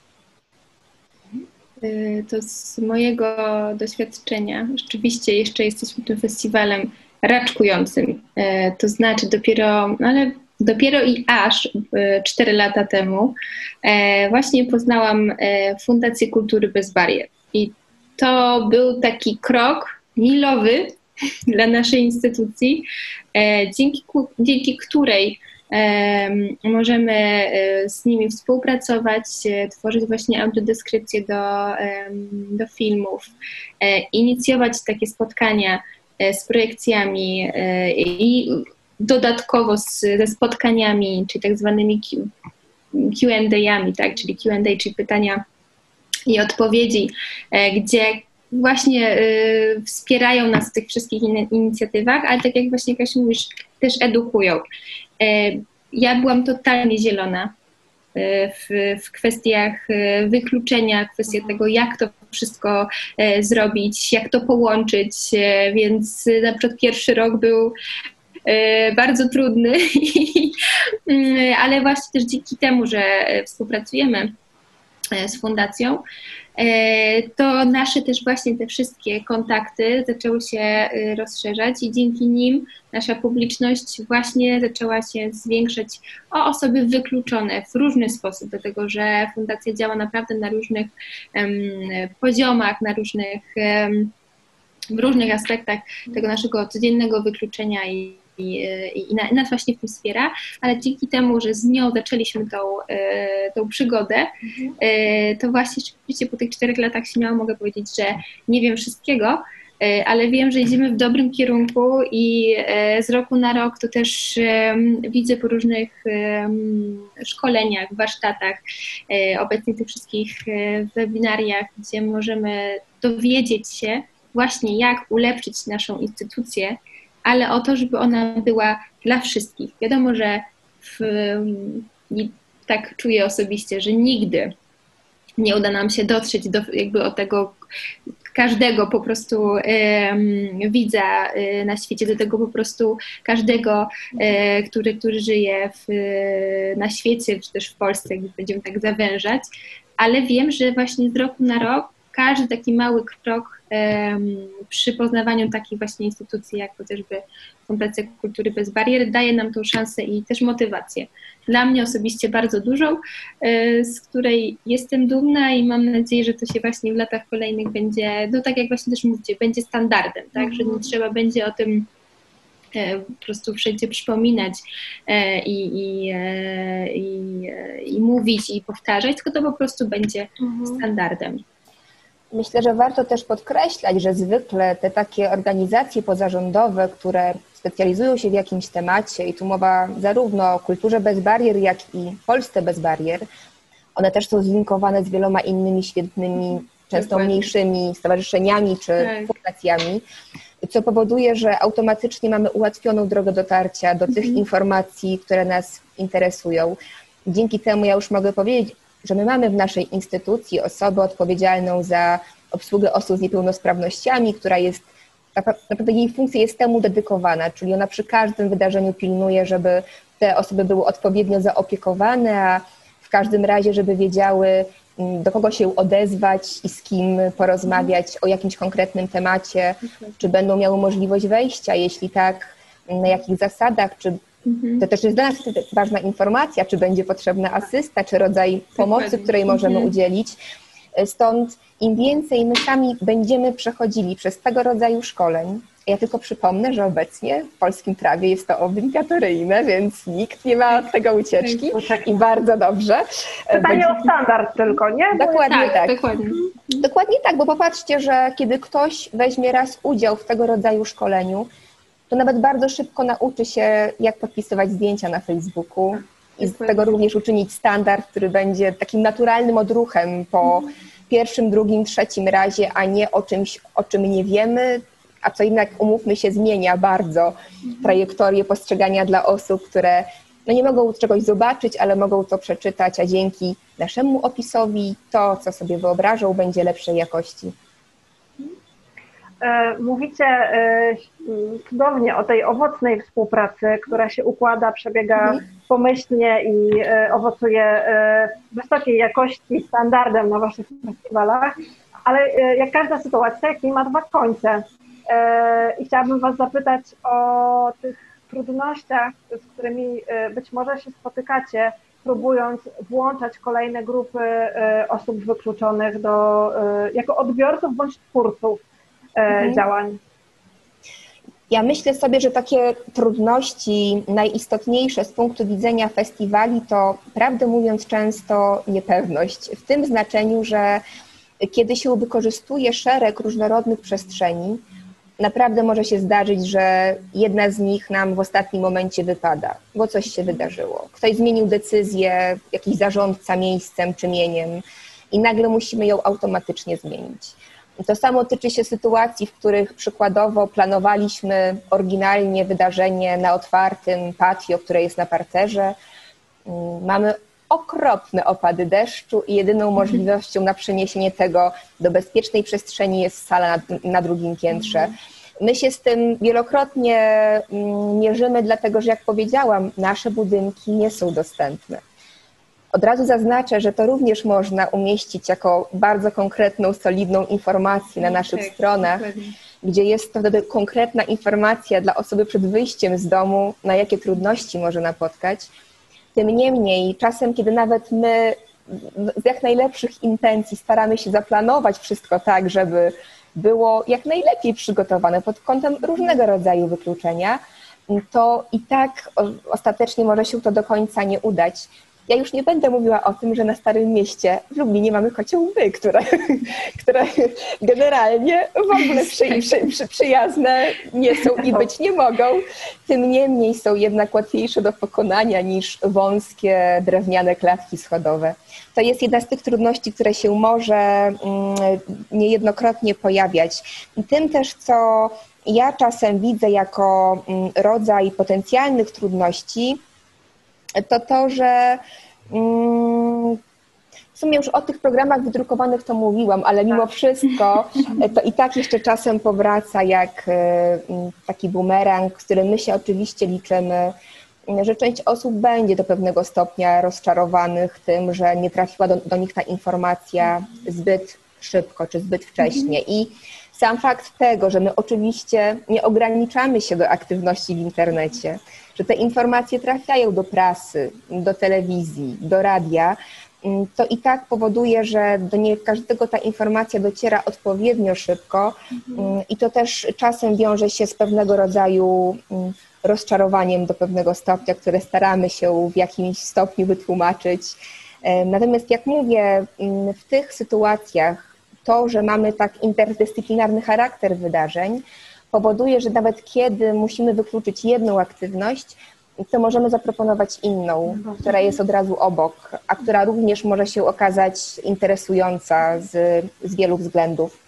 To z mojego doświadczenia, rzeczywiście jeszcze jesteśmy tym festiwalem raczkującym, to znaczy dopiero i aż 4 lata temu właśnie poznałam Fundację Kultury Bez Barier i to był taki krok milowy dla naszej instytucji, dzięki której możemy z nimi współpracować, tworzyć właśnie audiodeskrypcje do filmów, inicjować takie spotkania z projekcjami i dodatkowo ze spotkaniami, czyli tak zwanymi Q&A-ami, tak, czyli Q&A, czyli pytania i odpowiedzi, gdzie właśnie wspierają nas w tych wszystkich inicjatywach, ale tak jak właśnie Kasiu mówisz, też edukują. Ja byłam totalnie zielona w kwestiach wykluczenia, w kwestiach tego, jak to wszystko zrobić, jak to połączyć, więc na przykład pierwszy rok był bardzo trudny, ale właśnie też dzięki temu, że współpracujemy z fundacją, to nasze też właśnie te wszystkie kontakty zaczęły się rozszerzać i dzięki nim nasza publiczność właśnie zaczęła się zwiększać o osoby wykluczone w różny sposób, dlatego że fundacja działa naprawdę na różnych poziomach, w różnych aspektach tego naszego codziennego wykluczenia i nas właśnie w tym wspiera, ale dzięki temu, że z nią zaczęliśmy tą przygodę, to właśnie rzeczywiście po tych 4 latach śmiało mogę powiedzieć, że nie wiem wszystkiego, ale wiem, że idziemy w dobrym kierunku i z roku na rok to też widzę po różnych szkoleniach, warsztatach, obecnie tych wszystkich webinariach, gdzie możemy dowiedzieć się właśnie, jak ulepszyć naszą instytucję, ale o to, żeby ona była dla wszystkich. Wiadomo, że tak czuję osobiście, że nigdy nie uda nam się dotrzeć do tego każdego po prostu widza na świecie, do tego po prostu każdego, który żyje na świecie, czy też w Polsce, gdy będziemy tak zawężać, ale wiem, że właśnie z roku na rok każdy taki mały krok przy poznawaniu takiej właśnie instytucji, jak chociażby Fundacja Kultury Bez Barier, daje nam tą szansę i też motywację. Dla mnie osobiście bardzo dużą, z której jestem dumna i mam nadzieję, że to się właśnie w latach kolejnych będzie, no tak jak właśnie też mówicie, będzie standardem, tak, że nie trzeba będzie o tym po prostu wszędzie przypominać i mówić i powtarzać, tylko to po prostu będzie standardem. Myślę, że warto też podkreślać, że zwykle te takie organizacje pozarządowe, które specjalizują się w jakimś temacie i tu mowa zarówno o kulturze bez barier, jak i Polsce bez barier, one też są zlinkowane z wieloma innymi świetnymi, często mniejszymi stowarzyszeniami czy fundacjami, co powoduje, że automatycznie mamy ułatwioną drogę dotarcia do tych informacji, które nas interesują. Dzięki temu ja już mogę powiedzieć, że my mamy w naszej instytucji osobę odpowiedzialną za obsługę osób z niepełnosprawnościami, która jest, naprawdę jej funkcja jest temu dedykowana, czyli ona przy każdym wydarzeniu pilnuje, żeby te osoby były odpowiednio zaopiekowane, a w każdym razie, żeby wiedziały, do kogo się odezwać i z kim porozmawiać o jakimś konkretnym temacie, czy będą miały możliwość wejścia, jeśli tak, na jakich zasadach, czy to też jest dla nas ważna informacja, czy będzie potrzebna asysta, czy rodzaj pomocy, której możemy udzielić. Stąd im więcej my sami będziemy przechodzili przez tego rodzaju szkoleń, ja tylko przypomnę, że obecnie w polskim prawie jest to obligatoryjne, więc nikt nie ma od tego ucieczki i bardzo dobrze. Pytanie o standard tylko, nie? Dokładnie tak. Dokładnie. Dokładnie tak, bo popatrzcie, że kiedy ktoś weźmie raz udział w tego rodzaju szkoleniu, to nawet bardzo szybko nauczy się, jak podpisywać zdjęcia na Facebooku i z tego również uczynić standard, który będzie takim naturalnym odruchem po pierwszym, drugim, trzecim razie, a nie o czymś, o czym nie wiemy, a co jednak, umówmy się, zmienia bardzo trajektorię postrzegania dla osób, które nie mogą czegoś zobaczyć, ale mogą to przeczytać, a dzięki naszemu opisowi to, co sobie wyobrażą, będzie lepszej jakości. Mówicie cudownie o tej owocnej współpracy, która się układa, przebiega pomyślnie i owocuje wysokiej jakości standardem na waszych festiwalach, ale jak każda sytuacja, klimat ma dwa końce. I chciałabym was zapytać o tych trudnościach, z którymi być może się spotykacie, próbując włączać kolejne grupy osób wykluczonych jako odbiorców bądź twórców działań. Ja myślę sobie, że takie trudności najistotniejsze z punktu widzenia festiwali to, prawdę mówiąc, często niepewność. W tym znaczeniu, że kiedy się wykorzystuje szereg różnorodnych przestrzeni, naprawdę może się zdarzyć, że jedna z nich nam w ostatnim momencie wypada, bo coś się wydarzyło. Ktoś zmienił decyzję, jakiś zarządca miejscem czy mieniem i nagle musimy ją automatycznie zmienić. To samo tyczy się sytuacji, w których przykładowo planowaliśmy oryginalnie wydarzenie na otwartym patio, które jest na parterze. Mamy okropne opady deszczu i jedyną możliwością na przeniesienie tego do bezpiecznej przestrzeni jest sala na drugim piętrze. My się z tym wielokrotnie mierzymy, dlatego że, jak powiedziałam, nasze budynki nie są dostępne. Od razu zaznaczę, że to również można umieścić jako bardzo konkretną, solidną informację na naszych stronach, dokładnie, gdzie jest to wtedy konkretna informacja dla osoby przed wyjściem z domu, na jakie trudności może napotkać. Tym niemniej, czasem, kiedy nawet my z jak najlepszych intencji staramy się zaplanować wszystko tak, żeby było jak najlepiej przygotowane pod kątem różnego rodzaju wykluczenia, to i tak ostatecznie może się to do końca nie udać. Ja już nie będę mówiła o tym, że na Starym Mieście w Lublinie mamy kocioł łby, które generalnie w ogóle przyjazne nie są i być nie mogą. Tym niemniej są jednak łatwiejsze do pokonania niż wąskie drewniane klatki schodowe. To jest jedna z tych trudności, które się może niejednokrotnie pojawiać. I tym też, co ja czasem widzę jako rodzaj potencjalnych trudności, to, że w sumie już o tych programach wydrukowanych to mówiłam, ale mimo wszystko to i tak jeszcze czasem powraca jak taki bumerang, który my się oczywiście liczymy, że część osób będzie do pewnego stopnia rozczarowanych tym, że nie trafiła do nich ta informacja zbyt szybko czy zbyt wcześnie. I sam fakt tego, że my oczywiście nie ograniczamy się do aktywności w internecie, że te informacje trafiają do prasy, do telewizji, do radia, to i tak powoduje, że do nie każdego ta informacja dociera odpowiednio szybko i to też czasem wiąże się z pewnego rodzaju rozczarowaniem do pewnego stopnia, które staramy się w jakimś stopniu wytłumaczyć. Natomiast jak mówię, w tych sytuacjach to, że mamy tak interdyscyplinarny charakter wydarzeń, powoduje, że nawet kiedy musimy wykluczyć jedną aktywność, to możemy zaproponować inną, która jest od razu obok, a która również może się okazać interesująca z wielu względów.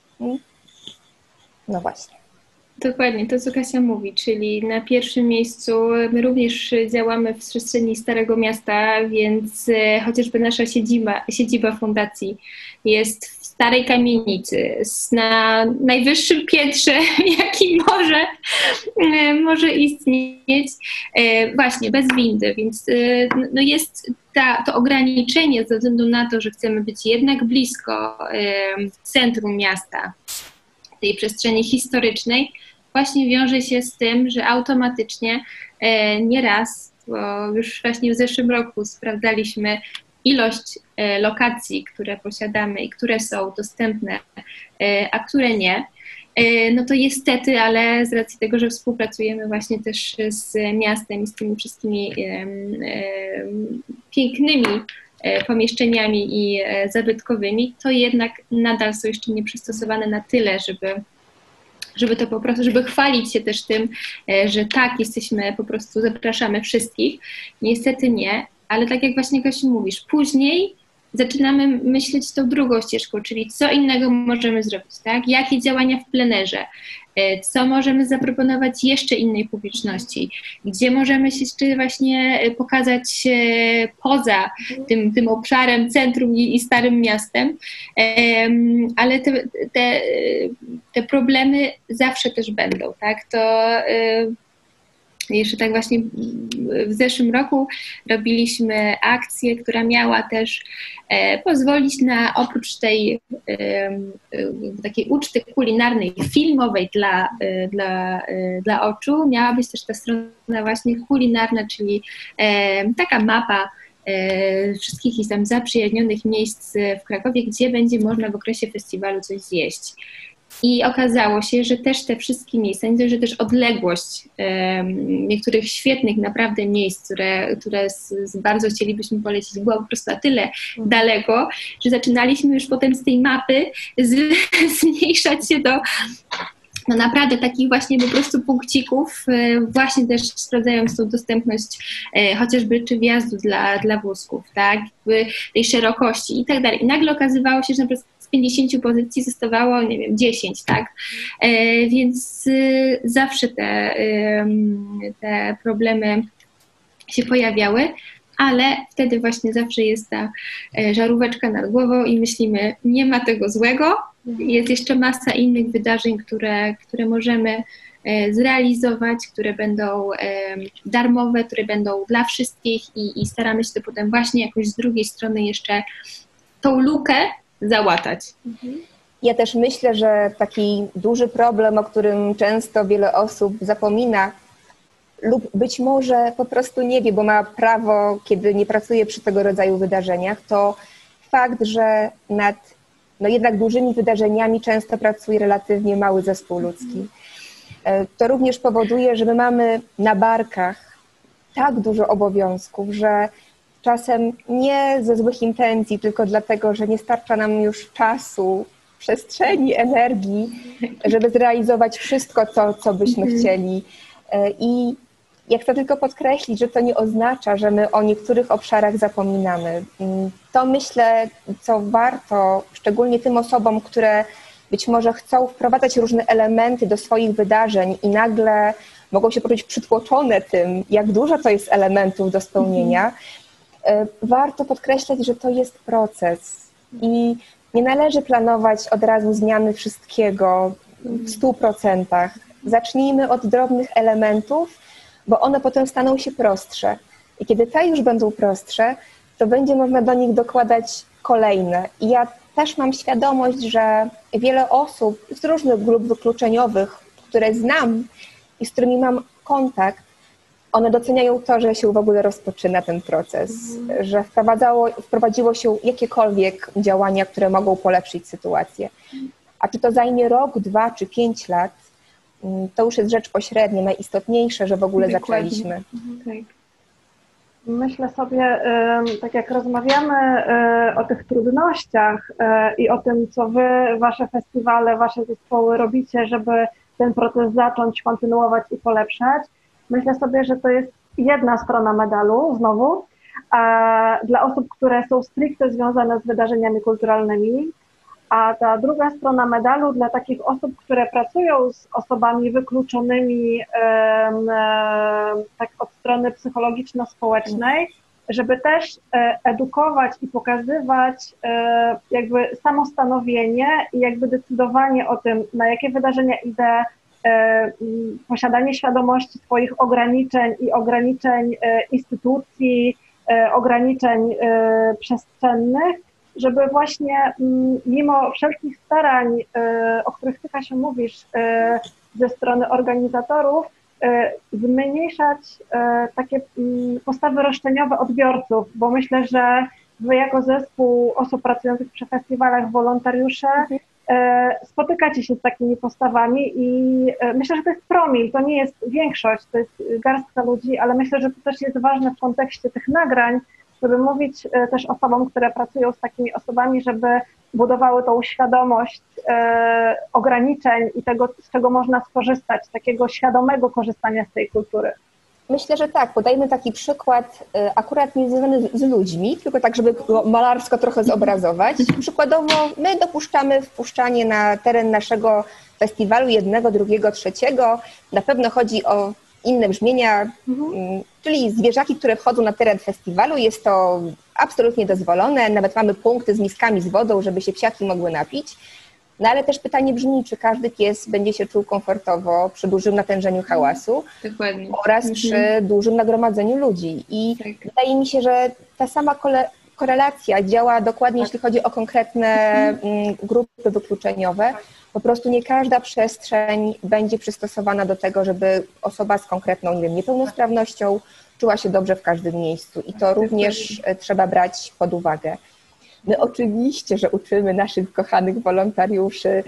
No właśnie. Dokładnie, to co Kasia mówi, czyli na pierwszym miejscu my również działamy w przestrzeni Starego Miasta, więc chociażby nasza siedziba fundacji jest w starej kamienicy, na najwyższym piętrze, jaki może istnieć, właśnie bez windy, więc no jest to ograniczenie ze względu na to, że chcemy być jednak blisko centrum miasta, tej przestrzeni historycznej, właśnie wiąże się z tym, że automatycznie nieraz, bo już właśnie w zeszłym roku sprawdzaliśmy ilość lokacji, które posiadamy i które są dostępne, a które nie, no to niestety, ale z racji tego, że współpracujemy właśnie też z miastem i z tymi wszystkimi pięknymi pomieszczeniami i zabytkowymi, to jednak nadal są jeszcze nieprzystosowane na tyle, żeby to po prostu, żeby chwalić się też tym, że tak, jesteśmy, po prostu zapraszamy wszystkich. Niestety nie, ale tak jak właśnie Kasiu mówisz, później zaczynamy myśleć tą drugą ścieżką, czyli co innego możemy zrobić, tak? Jakie działania w plenerze, co możemy zaproponować jeszcze innej publiczności, gdzie możemy się jeszcze właśnie pokazać poza tym obszarem, centrum i starym miastem, ale te problemy zawsze też będą, tak? To jeszcze tak właśnie w zeszłym roku robiliśmy akcję, która miała też pozwolić na, oprócz tej takiej uczty kulinarnej, filmowej dla oczu, miała być też ta strona właśnie kulinarna, czyli taka mapa wszystkich tam zaprzyjaźnionych miejsc w Krakowie, gdzie będzie można w okresie festiwalu coś zjeść. I okazało się, że też te wszystkie miejsca, że też odległość niektórych świetnych naprawdę miejsc, które bardzo chcielibyśmy polecić, była po prostu na tyle daleko, że zaczynaliśmy już potem z tej mapy zmniejszać się do no naprawdę takich właśnie po prostu punkcików, właśnie też sprawdzając tą dostępność chociażby czy wjazdu dla wózków, tak, tej szerokości i tak dalej. I nagle okazywało się, że na przykład z 50 pozycji zostawało, nie wiem, 10, tak, więc zawsze te problemy się pojawiały, ale wtedy właśnie zawsze jest ta żaróweczka nad głową i myślimy, nie ma tego złego, jest jeszcze masa innych wydarzeń, które możemy zrealizować, które będą darmowe, które będą dla wszystkich i staramy się to potem właśnie jakoś z drugiej strony jeszcze tą lukę załatać. Ja też myślę, że taki duży problem, o którym często wiele osób zapomina lub być może po prostu nie wie, bo ma prawo, kiedy nie pracuje przy tego rodzaju wydarzeniach, to fakt, że nad jednak dużymi wydarzeniami często pracuje relatywnie mały zespół ludzki. To również powoduje, że my mamy na barkach tak dużo obowiązków, że czasem nie ze złych intencji, tylko dlatego, że nie starcza nam już czasu, przestrzeni, energii, żeby zrealizować wszystko to, co byśmy chcieli. I ja chcę tylko podkreślić, że to nie oznacza, że my o niektórych obszarach zapominamy. To myślę, co warto, szczególnie tym osobom, które być może chcą wprowadzać różne elementy do swoich wydarzeń i nagle mogą się poczuć przytłoczone tym, jak dużo to jest elementów do spełnienia. Warto podkreślać, że to jest proces i nie należy planować od razu zmiany wszystkiego w 100%. Zacznijmy od drobnych elementów, bo one potem staną się prostsze. I kiedy te już będą prostsze, to będzie można do nich dokładać kolejne. I ja też mam świadomość, że wiele osób z różnych grup wykluczeniowych, które znam i z którymi mam kontakt, one doceniają to, że się w ogóle rozpoczyna ten proces, że wprowadziło się jakiekolwiek działania, które mogą polepszyć sytuację. A czy to zajmie rok, 2 czy 5 lat, to już jest rzecz pośrednia, najistotniejsze, że w ogóle zaczęliśmy. Myślę sobie, tak jak rozmawiamy o tych trudnościach i o tym, co wy, wasze festiwale, wasze zespoły robicie, żeby ten proces zacząć, kontynuować i polepszać, myślę sobie, że to jest jedna strona medalu znowu, a dla osób, które są stricte związane z wydarzeniami kulturalnymi, a ta druga strona medalu dla takich osób, które pracują z osobami wykluczonymi tak od strony psychologiczno-społecznej, żeby też edukować i pokazywać jakby samostanowienie i jakby decydowanie o tym, na jakie wydarzenia idę, posiadanie świadomości swoich ograniczeń i ograniczeń instytucji, ograniczeń przestrzennych, żeby właśnie mimo wszelkich starań, o których ty, Kasiu, mówisz, ze strony organizatorów, zmniejszać takie postawy roszczeniowe odbiorców, bo myślę, że wy jako zespół osób pracujących przy festiwalach, wolontariusze, spotykacie się z takimi postawami i myślę, że to jest promil, to nie jest większość, to jest garstka ludzi, ale myślę, że to też jest ważne w kontekście tych nagrań, żeby mówić też osobom, które pracują z takimi osobami, żeby budowały tą świadomość ograniczeń i tego, z czego można skorzystać, takiego świadomego korzystania z tej kultury. Myślę, że tak. Podajmy taki przykład akurat nie związany z ludźmi, tylko tak, żeby go malarsko trochę zobrazować. Przykładowo my dopuszczamy wpuszczanie na teren naszego festiwalu jednego, drugiego, trzeciego. Na pewno chodzi o inne brzmienia, czyli zwierzaki, które wchodzą na teren festiwalu. Jest to absolutnie dozwolone. Nawet mamy punkty z miskami z wodą, żeby się psiaki mogły napić. No ale też pytanie brzmi, czy każdy pies będzie się czuł komfortowo przy dużym natężeniu hałasu. Dokładnie. Oraz przy dużym nagromadzeniu ludzi. I wydaje mi się, że ta sama korelacja działa dokładnie, jeśli chodzi o konkretne grupy wykluczeniowe. Po prostu nie każda przestrzeń będzie przystosowana do tego, żeby osoba z konkretną, nie wiem, niepełnosprawnością czuła się dobrze w każdym miejscu. I to również trzeba brać pod uwagę. My oczywiście, że uczymy naszych kochanych wolontariuszy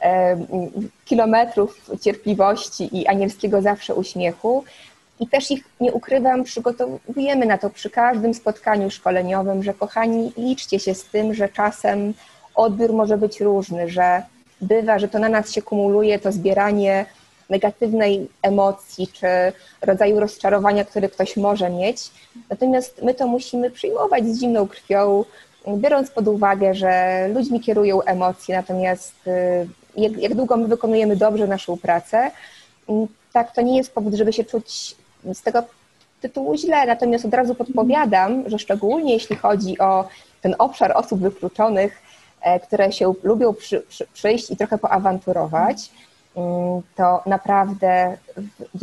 kilometrów cierpliwości i anielskiego zawsze uśmiechu. I też ich, nie ukrywam, przygotowujemy na to przy każdym spotkaniu szkoleniowym, że kochani, liczcie się z tym, że czasem odbiór może być różny, że bywa, że to na nas się kumuluje, to zbieranie negatywnej emocji czy rodzaju rozczarowania, który ktoś może mieć. Natomiast my to musimy przyjmować z zimną krwią, biorąc pod uwagę, że ludźmi kierują emocje, natomiast jak długo my wykonujemy dobrze naszą pracę, tak to nie jest powód, żeby się czuć z tego tytułu źle, natomiast od razu podpowiadam, że szczególnie jeśli chodzi o ten obszar osób wykluczonych, które się lubią przyjść i trochę poawanturować, to naprawdę w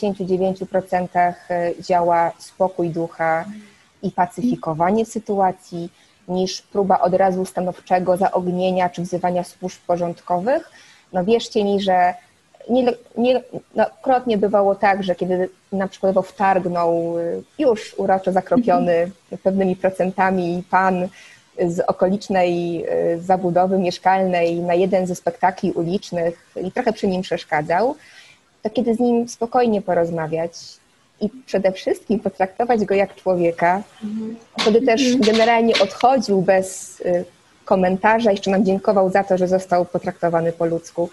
99% działa spokój ducha i pacyfikowanie sytuacji, niż próba od razu stanowczego zaognienia czy wzywania służb porządkowych. No wierzcie mi, że niejednokrotnie bywało tak, że kiedy na przykład wtargnął już uroczo zakropiony pewnymi procentami pan z okolicznej zabudowy mieszkalnej na jeden ze spektakli ulicznych i trochę przy nim przeszkadzał, to kiedy z nim spokojnie porozmawiać i przede wszystkim potraktować go jak człowieka, wtedy też generalnie odchodził bez komentarza, jeszcze nam dziękował za to, że został potraktowany po ludzku.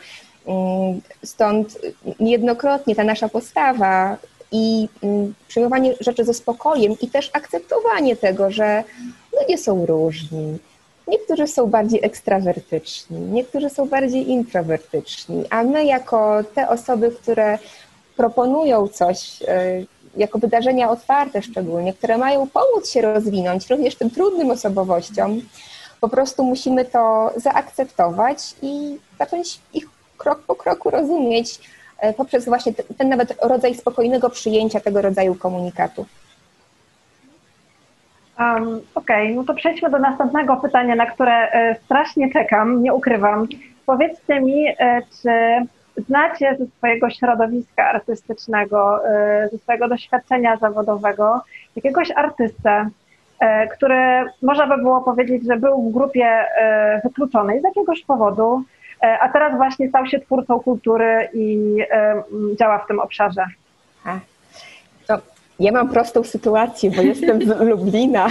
Stąd niejednokrotnie ta nasza postawa i przyjmowanie rzeczy ze spokojem i też akceptowanie tego, że ludzie są różni. Niektórzy są bardziej ekstrawertyczni, niektórzy są bardziej introwertyczni, a my jako te osoby, które proponują coś, jako wydarzenia otwarte szczególnie, które mają pomóc się rozwinąć również tym trudnym osobowościom, po prostu musimy to zaakceptować i zacząć ich krok po kroku rozumieć poprzez właśnie ten nawet rodzaj spokojnego przyjęcia tego rodzaju komunikatu. Okej, no to przejdźmy do następnego pytania, na które strasznie czekam, nie ukrywam. Powiedzcie mi, czy znacie ze swojego środowiska artystycznego, ze swojego doświadczenia zawodowego jakiegoś artystę, który można by było powiedzieć, że był w grupie wykluczonej z jakiegoś powodu, a teraz właśnie stał się twórcą kultury i działa w tym obszarze? Ja mam prostą sytuację, bo jestem z Lublina,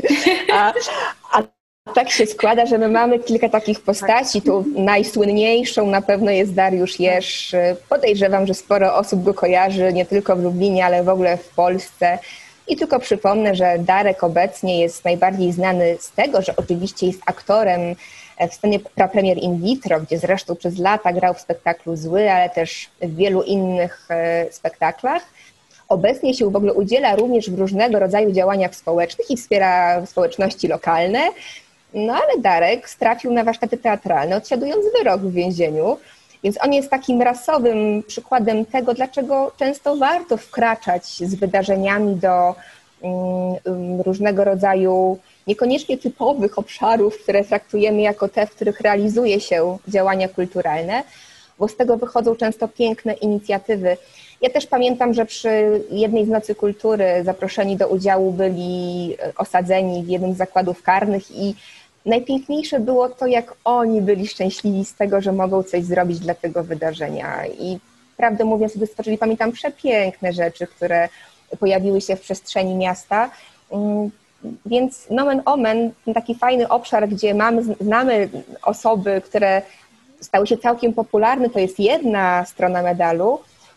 a tak się składa, że my mamy kilka takich postaci. Tu najsłynniejszą na pewno jest Dariusz Jeż. Podejrzewam, że sporo osób go kojarzy, nie tylko w Lublinie, ale w ogóle w Polsce. I tylko przypomnę, że Darek obecnie jest najbardziej znany z tego, że oczywiście jest aktorem w scenie prapremier in vitro, gdzie zresztą przez lata grał w spektaklu Zły, ale też w wielu innych spektaklach. Obecnie się w ogóle udziela również w różnego rodzaju działaniach społecznych i wspiera społeczności lokalne. No ale Darek trafił na warsztaty teatralne, odsiadując wyrok w więzieniu, więc on jest takim rasowym przykładem tego, dlaczego często warto wkraczać z wydarzeniami do różnego rodzaju niekoniecznie typowych obszarów, które traktujemy jako te, w których realizuje się działania kulturalne, bo z tego wychodzą często piękne inicjatywy. Ja też pamiętam, że przy jednej z Nocy Kultury zaproszeni do udziału byli osadzeni w jednym z zakładów karnych i najpiękniejsze było to, jak oni byli szczęśliwi z tego, że mogą coś zrobić dla tego wydarzenia. I prawdę mówiąc, wtedy stworzyli, pamiętam, przepiękne rzeczy, które pojawiły się w przestrzeni miasta. Więc nomen omen, taki fajny obszar, gdzie znamy osoby, które stały się całkiem popularne, to jest jedna strona medalu.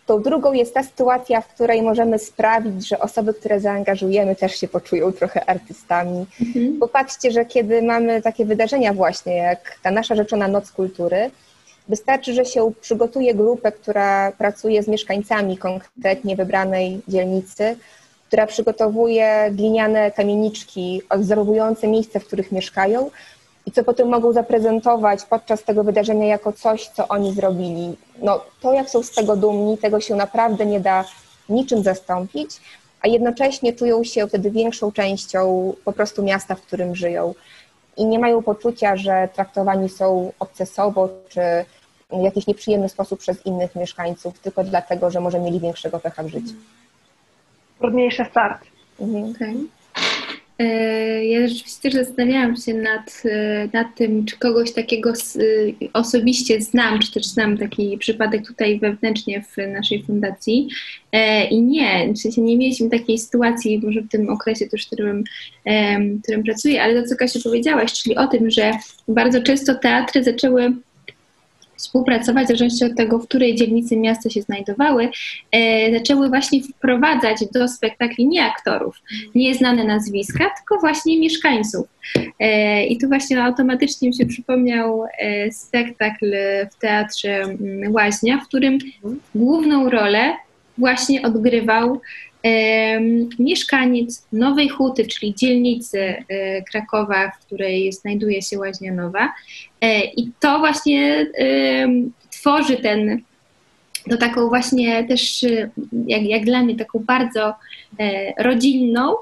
Tą drugą jest ta sytuacja, w której możemy sprawić, że osoby, które zaangażujemy, też się poczują trochę artystami. Popatrzcie, że kiedy mamy takie wydarzenia właśnie, jak ta nasza rzeczona Noc Kultury, wystarczy, że się przygotuje grupę, która pracuje z mieszkańcami konkretnie wybranej dzielnicy, która przygotowuje gliniane kamieniczki odwzorowujące miejsce, w których mieszkają i co potem mogą zaprezentować podczas tego wydarzenia jako coś, co oni zrobili. No, to, jak są z tego dumni, tego się naprawdę nie da niczym zastąpić, a jednocześnie czują się wtedy większą częścią po prostu miasta, w którym żyją. I nie mają poczucia, że traktowani są obcesowo czy w jakiś nieprzyjemny sposób przez innych mieszkańców, tylko dlatego, że może mieli większego pecha w życiu. Trudniejszy start. Okay. Ja rzeczywiście też zastanawiałam się nad tym, czy kogoś takiego osobiście znam, czy też znam taki przypadek tutaj wewnętrznie w naszej fundacji. I nie, w sensie nie mieliśmy takiej sytuacji, może w tym okresie też, w którym pracuję, ale to, co Kasiu powiedziałaś, czyli o tym, że bardzo często teatry zaczęły współpracować, w zależności od tego, w której dzielnicy miasta się znajdowały, zaczęły właśnie wprowadzać do spektakli nie aktorów, nie znane nazwiska, tylko właśnie mieszkańców. I tu właśnie automatycznie mi się przypomniał spektakl w Teatrze Łaźnia, w którym główną rolę właśnie odgrywał mieszkaniec Nowej Huty, czyli dzielnicy Krakowa, w której znajduje się Łaźnia Nowa. I to właśnie tworzy to taką właśnie też, jak dla mnie, taką bardzo rodzinną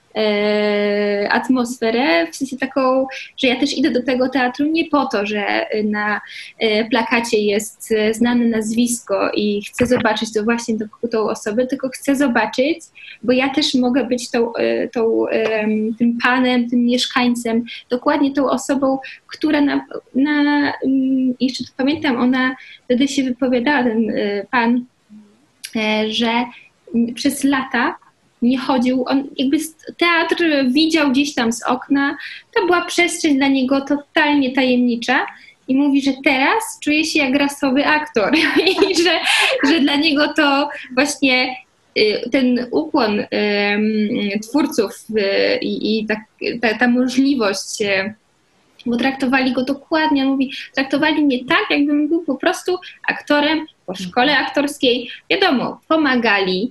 atmosferę, w sensie taką, że ja też idę do tego teatru nie po to, że na plakacie jest znane nazwisko i chcę zobaczyć to właśnie tą osobę, tylko chcę zobaczyć, bo ja też mogę być tym panem, tym mieszkańcem, dokładnie tą osobą, która jeszcze to pamiętam, ona wtedy się wypowiadała, ten pan, że przez lata nie chodził, on jakby teatr widział gdzieś tam z okna, to była przestrzeń dla niego totalnie tajemnicza i mówi, że teraz czuje się jak rasowy aktor i że dla niego to właśnie ten ukłon twórców i ta możliwość, bo traktowali go dokładnie, on mówi, traktowali mnie tak, jakbym był po prostu aktorem po szkole aktorskiej, wiadomo, pomagali,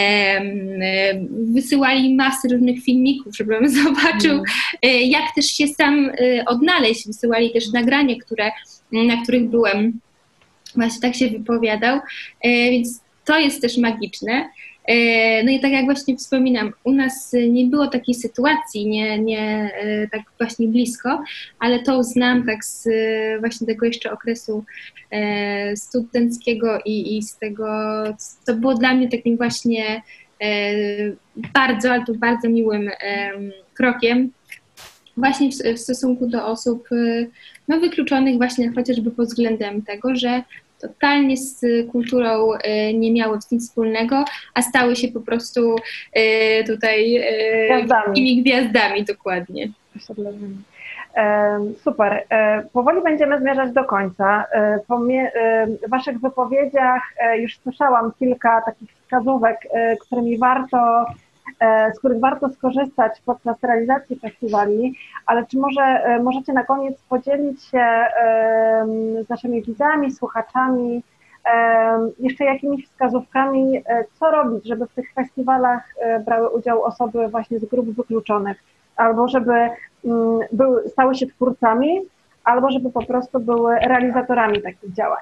wysyłali masy różnych filmików, żebym zobaczył, jak też się sam odnaleźć. Wysyłali też nagrania, na których byłem, właśnie tak się wypowiadał, więc to jest też magiczne. No i tak jak właśnie wspominam, u nas nie było takiej sytuacji, nie tak właśnie blisko, ale to znam tak z właśnie tego jeszcze okresu studenckiego i z tego, co było dla mnie takim właśnie ale to bardzo miłym krokiem właśnie w stosunku do osób wykluczonych właśnie chociażby pod względem tego, że totalnie z kulturą nie miały nic wspólnego, a stały się po prostu tutaj takimi gwiazdami, dokładnie. Super. Powoli będziemy zmierzać do końca. W Waszych wypowiedziach już słyszałam kilka takich wskazówek, z których warto skorzystać podczas realizacji festiwali, ale czy możecie na koniec podzielić się z naszymi widzami, słuchaczami jeszcze jakimiś wskazówkami, co robić, żeby w tych festiwalach brały udział osoby właśnie z grup wykluczonych, albo żeby stały się twórcami, albo żeby po prostu były realizatorami takich działań?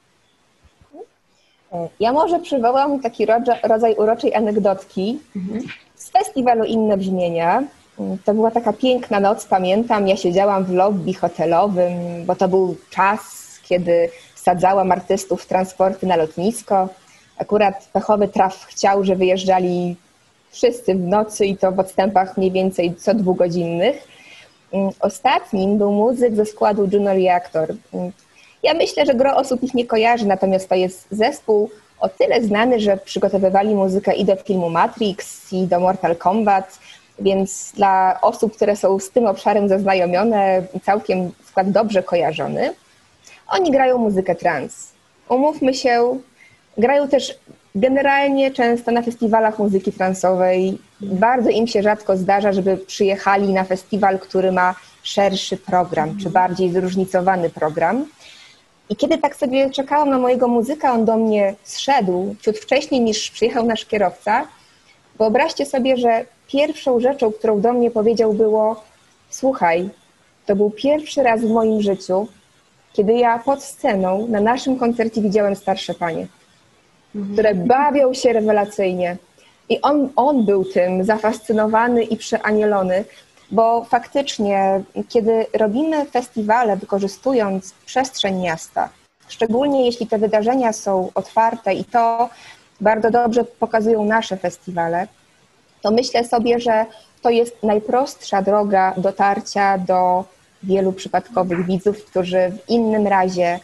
Ja może przywołam taki rodzaj uroczej anegdotki z festiwalu Inne Brzmienia. To była taka piękna noc, pamiętam, ja siedziałam w lobby hotelowym, bo to był czas, kiedy wsadzałam artystów w transporty na lotnisko. Akurat pechowy traf chciał, że wyjeżdżali wszyscy w nocy i to w odstępach mniej więcej co 2-godzinnych. Ostatnim był muzyk ze składu Juno Reactor. Ja myślę, że gro osób ich nie kojarzy, natomiast to jest zespół o tyle znany, że przygotowywali muzykę i do filmu Matrix, i do Mortal Kombat, więc dla osób, które są z tym obszarem zaznajomione, całkiem skład dobrze kojarzony. Oni grają muzykę trance. Umówmy się, grają też generalnie często na festiwalach muzyki transowej bardzo im się rzadko zdarza, żeby przyjechali na festiwal, który ma szerszy program, czy bardziej zróżnicowany program. I kiedy tak sobie czekałam na mojego muzyka, on do mnie zszedł ciut wcześniej niż przyjechał nasz kierowca. Wyobraźcie sobie, że pierwszą rzeczą, którą do mnie powiedział, było: słuchaj, to był pierwszy raz w moim życiu, kiedy ja pod sceną na naszym koncercie widziałem starsze panie, które bawią się rewelacyjnie. I on był tym zafascynowany i przeanielony, bo faktycznie, kiedy robimy festiwale, wykorzystując przestrzeń miasta, szczególnie jeśli te wydarzenia są otwarte i to bardzo dobrze pokazują nasze festiwale, to myślę sobie, że to jest najprostsza droga dotarcia do wielu przypadkowych widzów, którzy w innym razie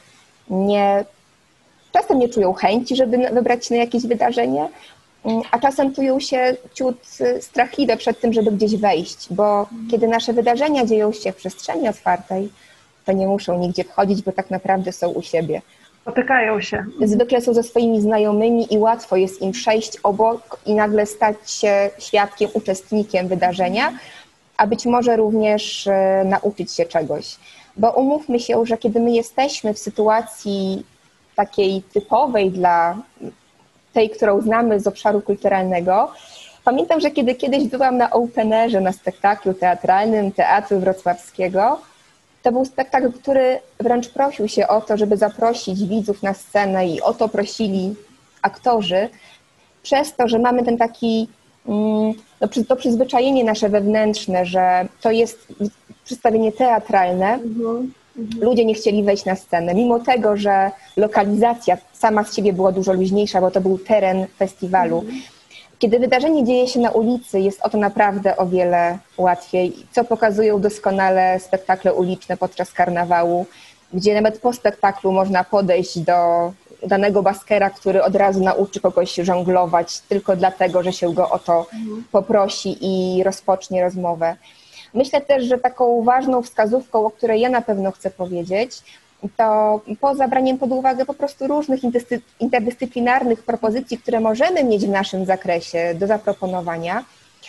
czasem nie czują chęci, żeby wybrać się na jakieś wydarzenie, a czasem czują się ciut strachliwe przed tym, żeby gdzieś wejść, bo kiedy nasze wydarzenia dzieją się w przestrzeni otwartej, to nie muszą nigdzie wchodzić, bo tak naprawdę są u siebie. Spotykają się. Zwykle są ze swoimi znajomymi i łatwo jest im przejść obok i nagle stać się świadkiem, uczestnikiem wydarzenia, a być może również nauczyć się czegoś. Bo umówmy się, że kiedy my jesteśmy w sytuacji takiej typowej dla tej, którą znamy z obszaru kulturalnego, pamiętam, że kiedy kiedyś byłam na openerze, na spektaklu teatralnym Teatru Wrocławskiego, to był spektakl, który wręcz prosił się o to, żeby zaprosić widzów na scenę i o to prosili aktorzy, przez to, że mamy ten taki, to przyzwyczajenie nasze wewnętrzne, że to jest przedstawienie teatralne, ludzie nie chcieli wejść na scenę, mimo tego, że lokalizacja sama z siebie była dużo luźniejsza, bo to był teren festiwalu. Kiedy wydarzenie dzieje się na ulicy, jest o to naprawdę o wiele łatwiej, co pokazują doskonale spektakle uliczne podczas karnawału, gdzie nawet po spektaklu można podejść do danego baskera, który od razu nauczy kogoś żonglować tylko dlatego, że się go o to poprosi i rozpocznie rozmowę. Myślę też, że taką ważną wskazówką, o której ja na pewno chcę powiedzieć, to poza braniem pod uwagę po prostu różnych interdyscyplinarnych propozycji, które możemy mieć w naszym zakresie do zaproponowania,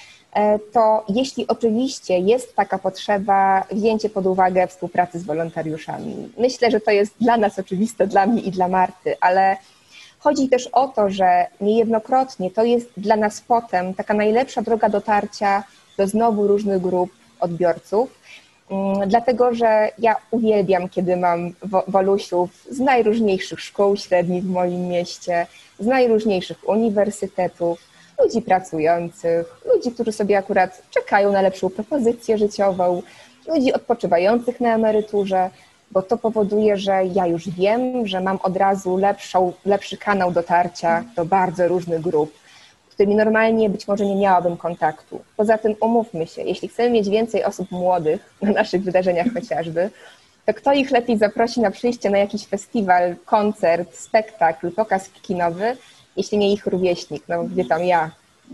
to jeśli oczywiście jest taka potrzeba, wzięcie pod uwagę współpracy z wolontariuszami. Myślę, że to jest dla nas oczywiste, dla mnie i dla Marty, ale chodzi też o to, że niejednokrotnie to jest dla nas potem taka najlepsza droga dotarcia do znowu różnych grup odbiorców, dlatego że ja uwielbiam, kiedy mam wolusiów z najróżniejszych szkół średnich w moim mieście, z najróżniejszych uniwersytetów, ludzi pracujących, ludzi, którzy sobie akurat czekają na lepszą propozycję życiową, ludzi odpoczywających na emeryturze, bo to powoduje, że ja już wiem, że mam od razu lepszy kanał dotarcia do bardzo różnych grup, z którymi normalnie być może nie miałabym kontaktu. Poza tym umówmy się, jeśli chcemy mieć więcej osób młodych na naszych wydarzeniach chociażby, to kto ich lepiej zaprosi na przyjście na jakiś festiwal, koncert, spektakl, pokaz kinowy, jeśli nie ich rówieśnik, no gdzie tam ja,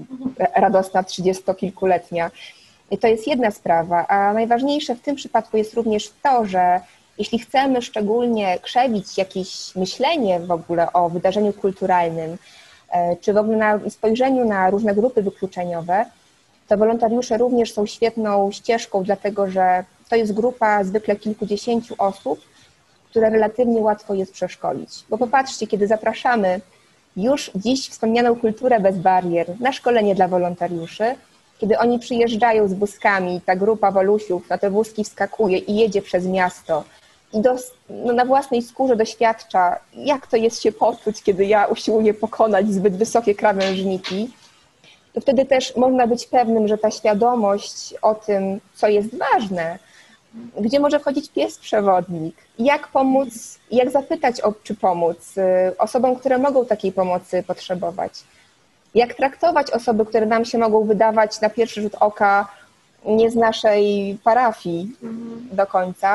radosna 30-kilkuletnia. I to jest jedna sprawa, a najważniejsze w tym przypadku jest również to, że jeśli chcemy szczególnie krzewić jakieś myślenie w ogóle o wydarzeniu kulturalnym, czy w ogóle na spojrzeniu na różne grupy wykluczeniowe, to wolontariusze również są świetną ścieżką, dlatego że to jest grupa zwykle kilkudziesięciu osób, które relatywnie łatwo jest przeszkolić. Bo popatrzcie, kiedy zapraszamy już dziś wspomnianą kulturę bez barier na szkolenie dla wolontariuszy, kiedy oni przyjeżdżają z wózkami, ta grupa wolusiów na te wózki wskakuje i jedzie przez miasto i na własnej skórze doświadcza, jak to jest się poczuć, kiedy ja usiłuję pokonać zbyt wysokie krawężniki, to wtedy też można być pewnym, że ta świadomość o tym, co jest ważne, gdzie może wchodzić pies przewodnik, jak pomóc, jak zapytać czy pomóc osobom, które mogą takiej pomocy potrzebować, jak traktować osoby, które nam się mogą wydawać na pierwszy rzut oka nie z naszej parafii do końca,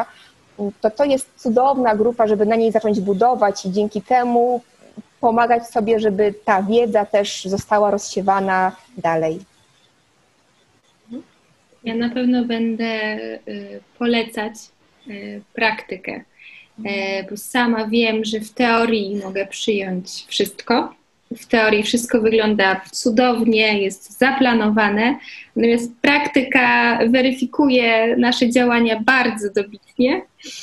to jest cudowna grupa, żeby na niej zacząć budować i dzięki temu pomagać sobie, żeby ta wiedza też została rozsiewana dalej. Ja na pewno będę polecać praktykę, bo sama wiem, że w teorii mogę przyjąć wszystko, w teorii wszystko wygląda cudownie, jest zaplanowane, natomiast praktyka weryfikuje nasze działania bardzo dobitnie.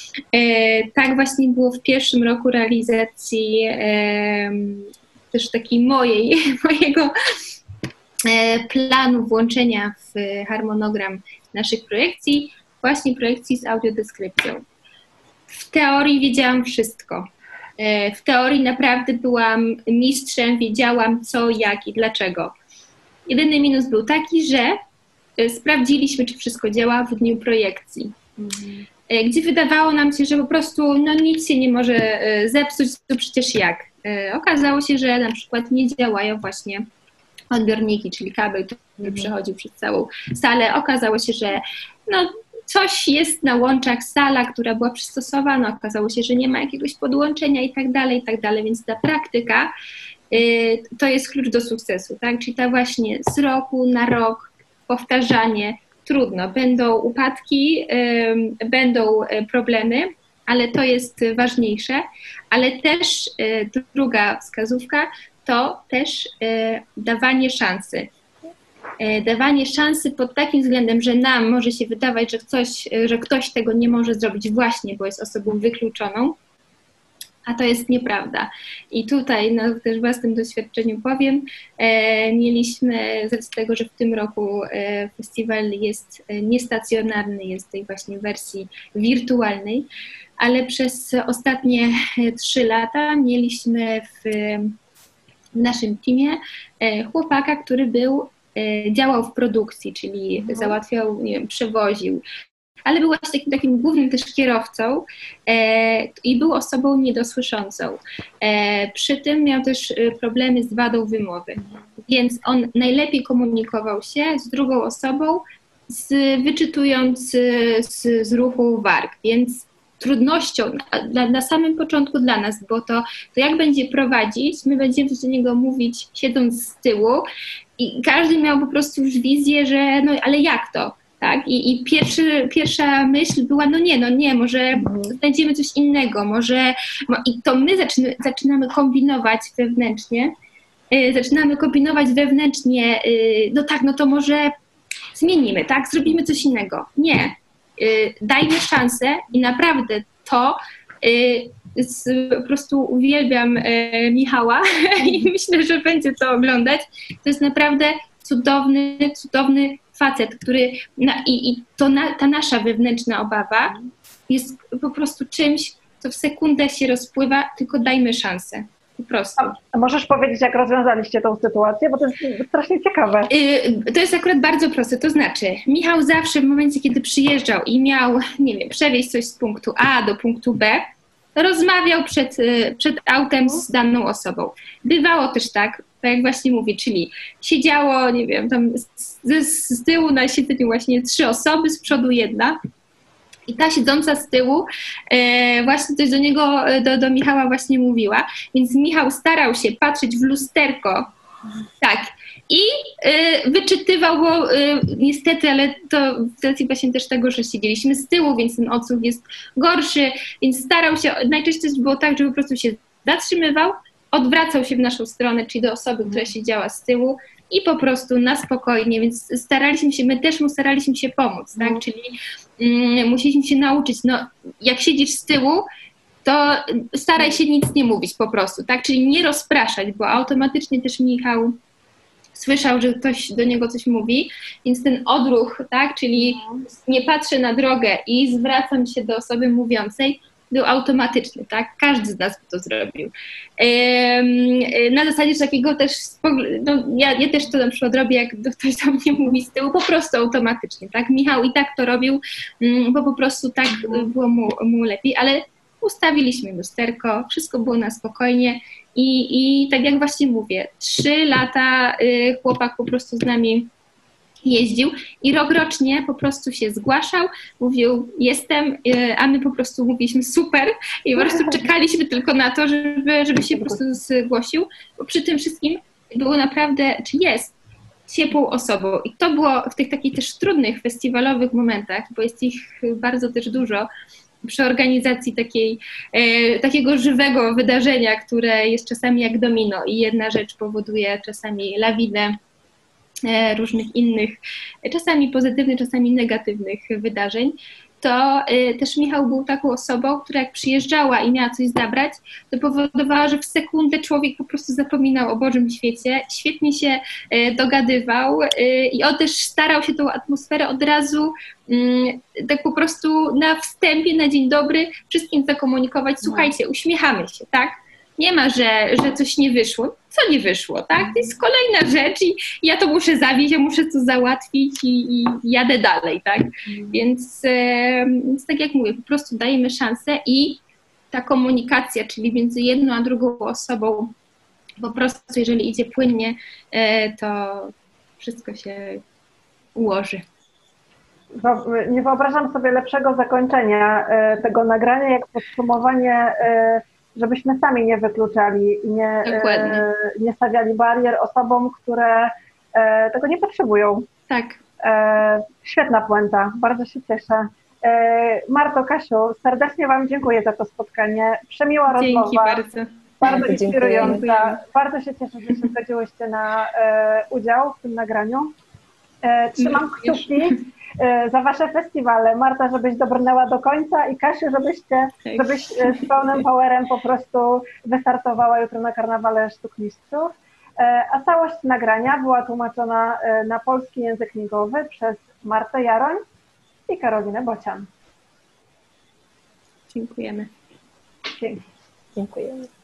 Tak właśnie było w pierwszym roku realizacji też takiej mojego planu włączenia w harmonogram naszych projekcji, właśnie projekcji z audiodeskrypcją. W teorii wiedziałam wszystko. W teorii naprawdę byłam mistrzem, wiedziałam co, jak i dlaczego. Jedyny minus był taki, że sprawdziliśmy, czy wszystko działa w dniu projekcji. Gdzie wydawało nam się, że po prostu nic się nie może zepsuć, to przecież jak. Okazało się, że na przykład nie działają właśnie odbiorniki, czyli kabel, który przechodził przez całą salę. Okazało się, że coś jest na łączach, sala, która była przystosowana, okazało się, że nie ma jakiegoś podłączenia i tak dalej, więc ta praktyka to jest klucz do sukcesu, tak? Czyli ta właśnie z roku na rok powtarzanie, trudno, będą upadki, będą problemy, ale to jest ważniejsze, ale też druga wskazówka to też dawanie szansy. Dawanie szansy pod takim względem, że nam może się wydawać, że ktoś tego nie może zrobić właśnie, bo jest osobą wykluczoną, a to jest nieprawda. I tutaj też własnym doświadczeniu powiem, mieliśmy z racji tego, że w tym roku festiwal jest niestacjonarny, jest w tej właśnie wersji wirtualnej, ale przez ostatnie 3 lata mieliśmy w naszym teamie chłopaka, który działał w produkcji, czyli załatwiał, przewoził, ale był właśnie takim głównym też kierowcą i był osobą niedosłyszącą. Przy tym miał też problemy z wadą wymowy, więc on najlepiej komunikował się z drugą osobą, wyczytując z ruchu warg, więc trudnością na samym początku dla nas, bo to jak będzie prowadzić, my będziemy do niego mówić siedząc z tyłu i każdy miał po prostu już wizję, że ale jak to? Tak? I pierwsza myśl była, nie, może znajdziemy coś innego, i to my zaczynamy kombinować wewnętrznie, to może zmienimy, tak? Zrobimy coś innego. Nie. Dajmy szansę i naprawdę to po prostu uwielbiam Michała i myślę, że będzie to oglądać. To jest naprawdę cudowny facet, który ta nasza wewnętrzna obawa jest po prostu czymś, co w sekundę się rozpływa, tylko dajmy szansę. Po prostu. A możesz powiedzieć, jak rozwiązaliście tą sytuację? Bo to jest strasznie ciekawe. To jest akurat bardzo proste. To znaczy, Michał zawsze w momencie, kiedy przyjeżdżał i miał, przewieźć coś z punktu A do punktu B, rozmawiał przed autem z daną osobą. Bywało też tak jak właśnie mówię, czyli siedziało, tam z tyłu na siedzeniu właśnie 3 osoby, z przodu 1. I ta siedząca z tyłu właśnie coś do niego, do Michała właśnie mówiła, więc Michał starał się patrzeć w lusterko, tak, i wyczytywał, bo niestety, ale to z racji właśnie też tego, że siedzieliśmy z tyłu, więc ten odsłuch jest gorszy, więc starał się, najczęściej było tak, że po prostu się zatrzymywał, odwracał się w naszą stronę, czyli do osoby, która siedziała z tyłu i po prostu na spokojnie, więc my też mu staraliśmy się pomóc, tak, czyli musieliśmy się nauczyć, jak siedzisz z tyłu, to staraj się nic nie mówić po prostu, tak, czyli nie rozpraszać, bo automatycznie też Michał słyszał, że ktoś do niego coś mówi, więc ten odruch, tak, czyli nie patrzę na drogę i zwracam się do osoby mówiącej, był automatyczny, tak? Każdy z nas by to zrobił. Na zasadzie takiego też, ja też to na przykład robię, jak ktoś do mnie mówi z tyłu, po prostu automatycznie, tak? Michał i tak to robił, bo po prostu tak było mu lepiej, ale ustawiliśmy lusterko, wszystko było na spokojnie i tak jak właśnie mówię, 3 lata chłopak po prostu z nami jeździł i rokrocznie po prostu się zgłaszał, mówił jestem, a my po prostu mówiliśmy super i po prostu czekaliśmy tylko na to, żeby się po prostu zgłosił, bo przy tym wszystkim było naprawdę, czy jest ciepłą osobą i to było w tych takich też trudnych festiwalowych momentach, bo jest ich bardzo też dużo, przy organizacji takiego żywego wydarzenia, które jest czasami jak domino i jedna rzecz powoduje czasami lawinę różnych innych, czasami pozytywnych, czasami negatywnych wydarzeń, to też Michał był taką osobą, która jak przyjeżdżała i miała coś zabrać, to powodowała, że w sekundę człowiek po prostu zapominał o Bożym świecie, świetnie się dogadywał i on też starał się tą atmosferę od razu tak po prostu na wstępie, na dzień dobry wszystkim zakomunikować, słuchajcie, uśmiechamy się, tak? Nie ma, że coś nie wyszło. Co nie wyszło, tak? To jest kolejna rzecz i ja to muszę zawieźć, ja muszę to załatwić i jadę dalej, tak? Więc tak jak mówię, po prostu dajemy szansę i ta komunikacja, czyli między jedną a drugą osobą, po prostu jeżeli idzie płynnie, to wszystko się ułoży. Nie wyobrażam sobie lepszego zakończenia tego nagrania, jak podsumowanie, żebyśmy sami nie wykluczali i nie stawiali barier osobom, które tego nie potrzebują. Tak. Świetna puenta, bardzo się cieszę. Marto, Kasiu, serdecznie Wam dziękuję za to spotkanie. Przemiła rozmowa. Dzięki bardzo. Bardzo inspirująca. Bardzo się cieszę, że się zgodziłyście na udział w tym nagraniu. Trzymam kciuki za Wasze festiwale. Marta, żebyś dobrnęła do końca i Kasiu, żebyś z pełnym powerem po prostu wystartowała jutro na Karnawale Sztuk Mistrzów. A całość nagrania była tłumaczona na polski język migowy przez Martę Jaroń i Karolinę Bocian. Dziękujemy. Dzięki. Dziękujemy.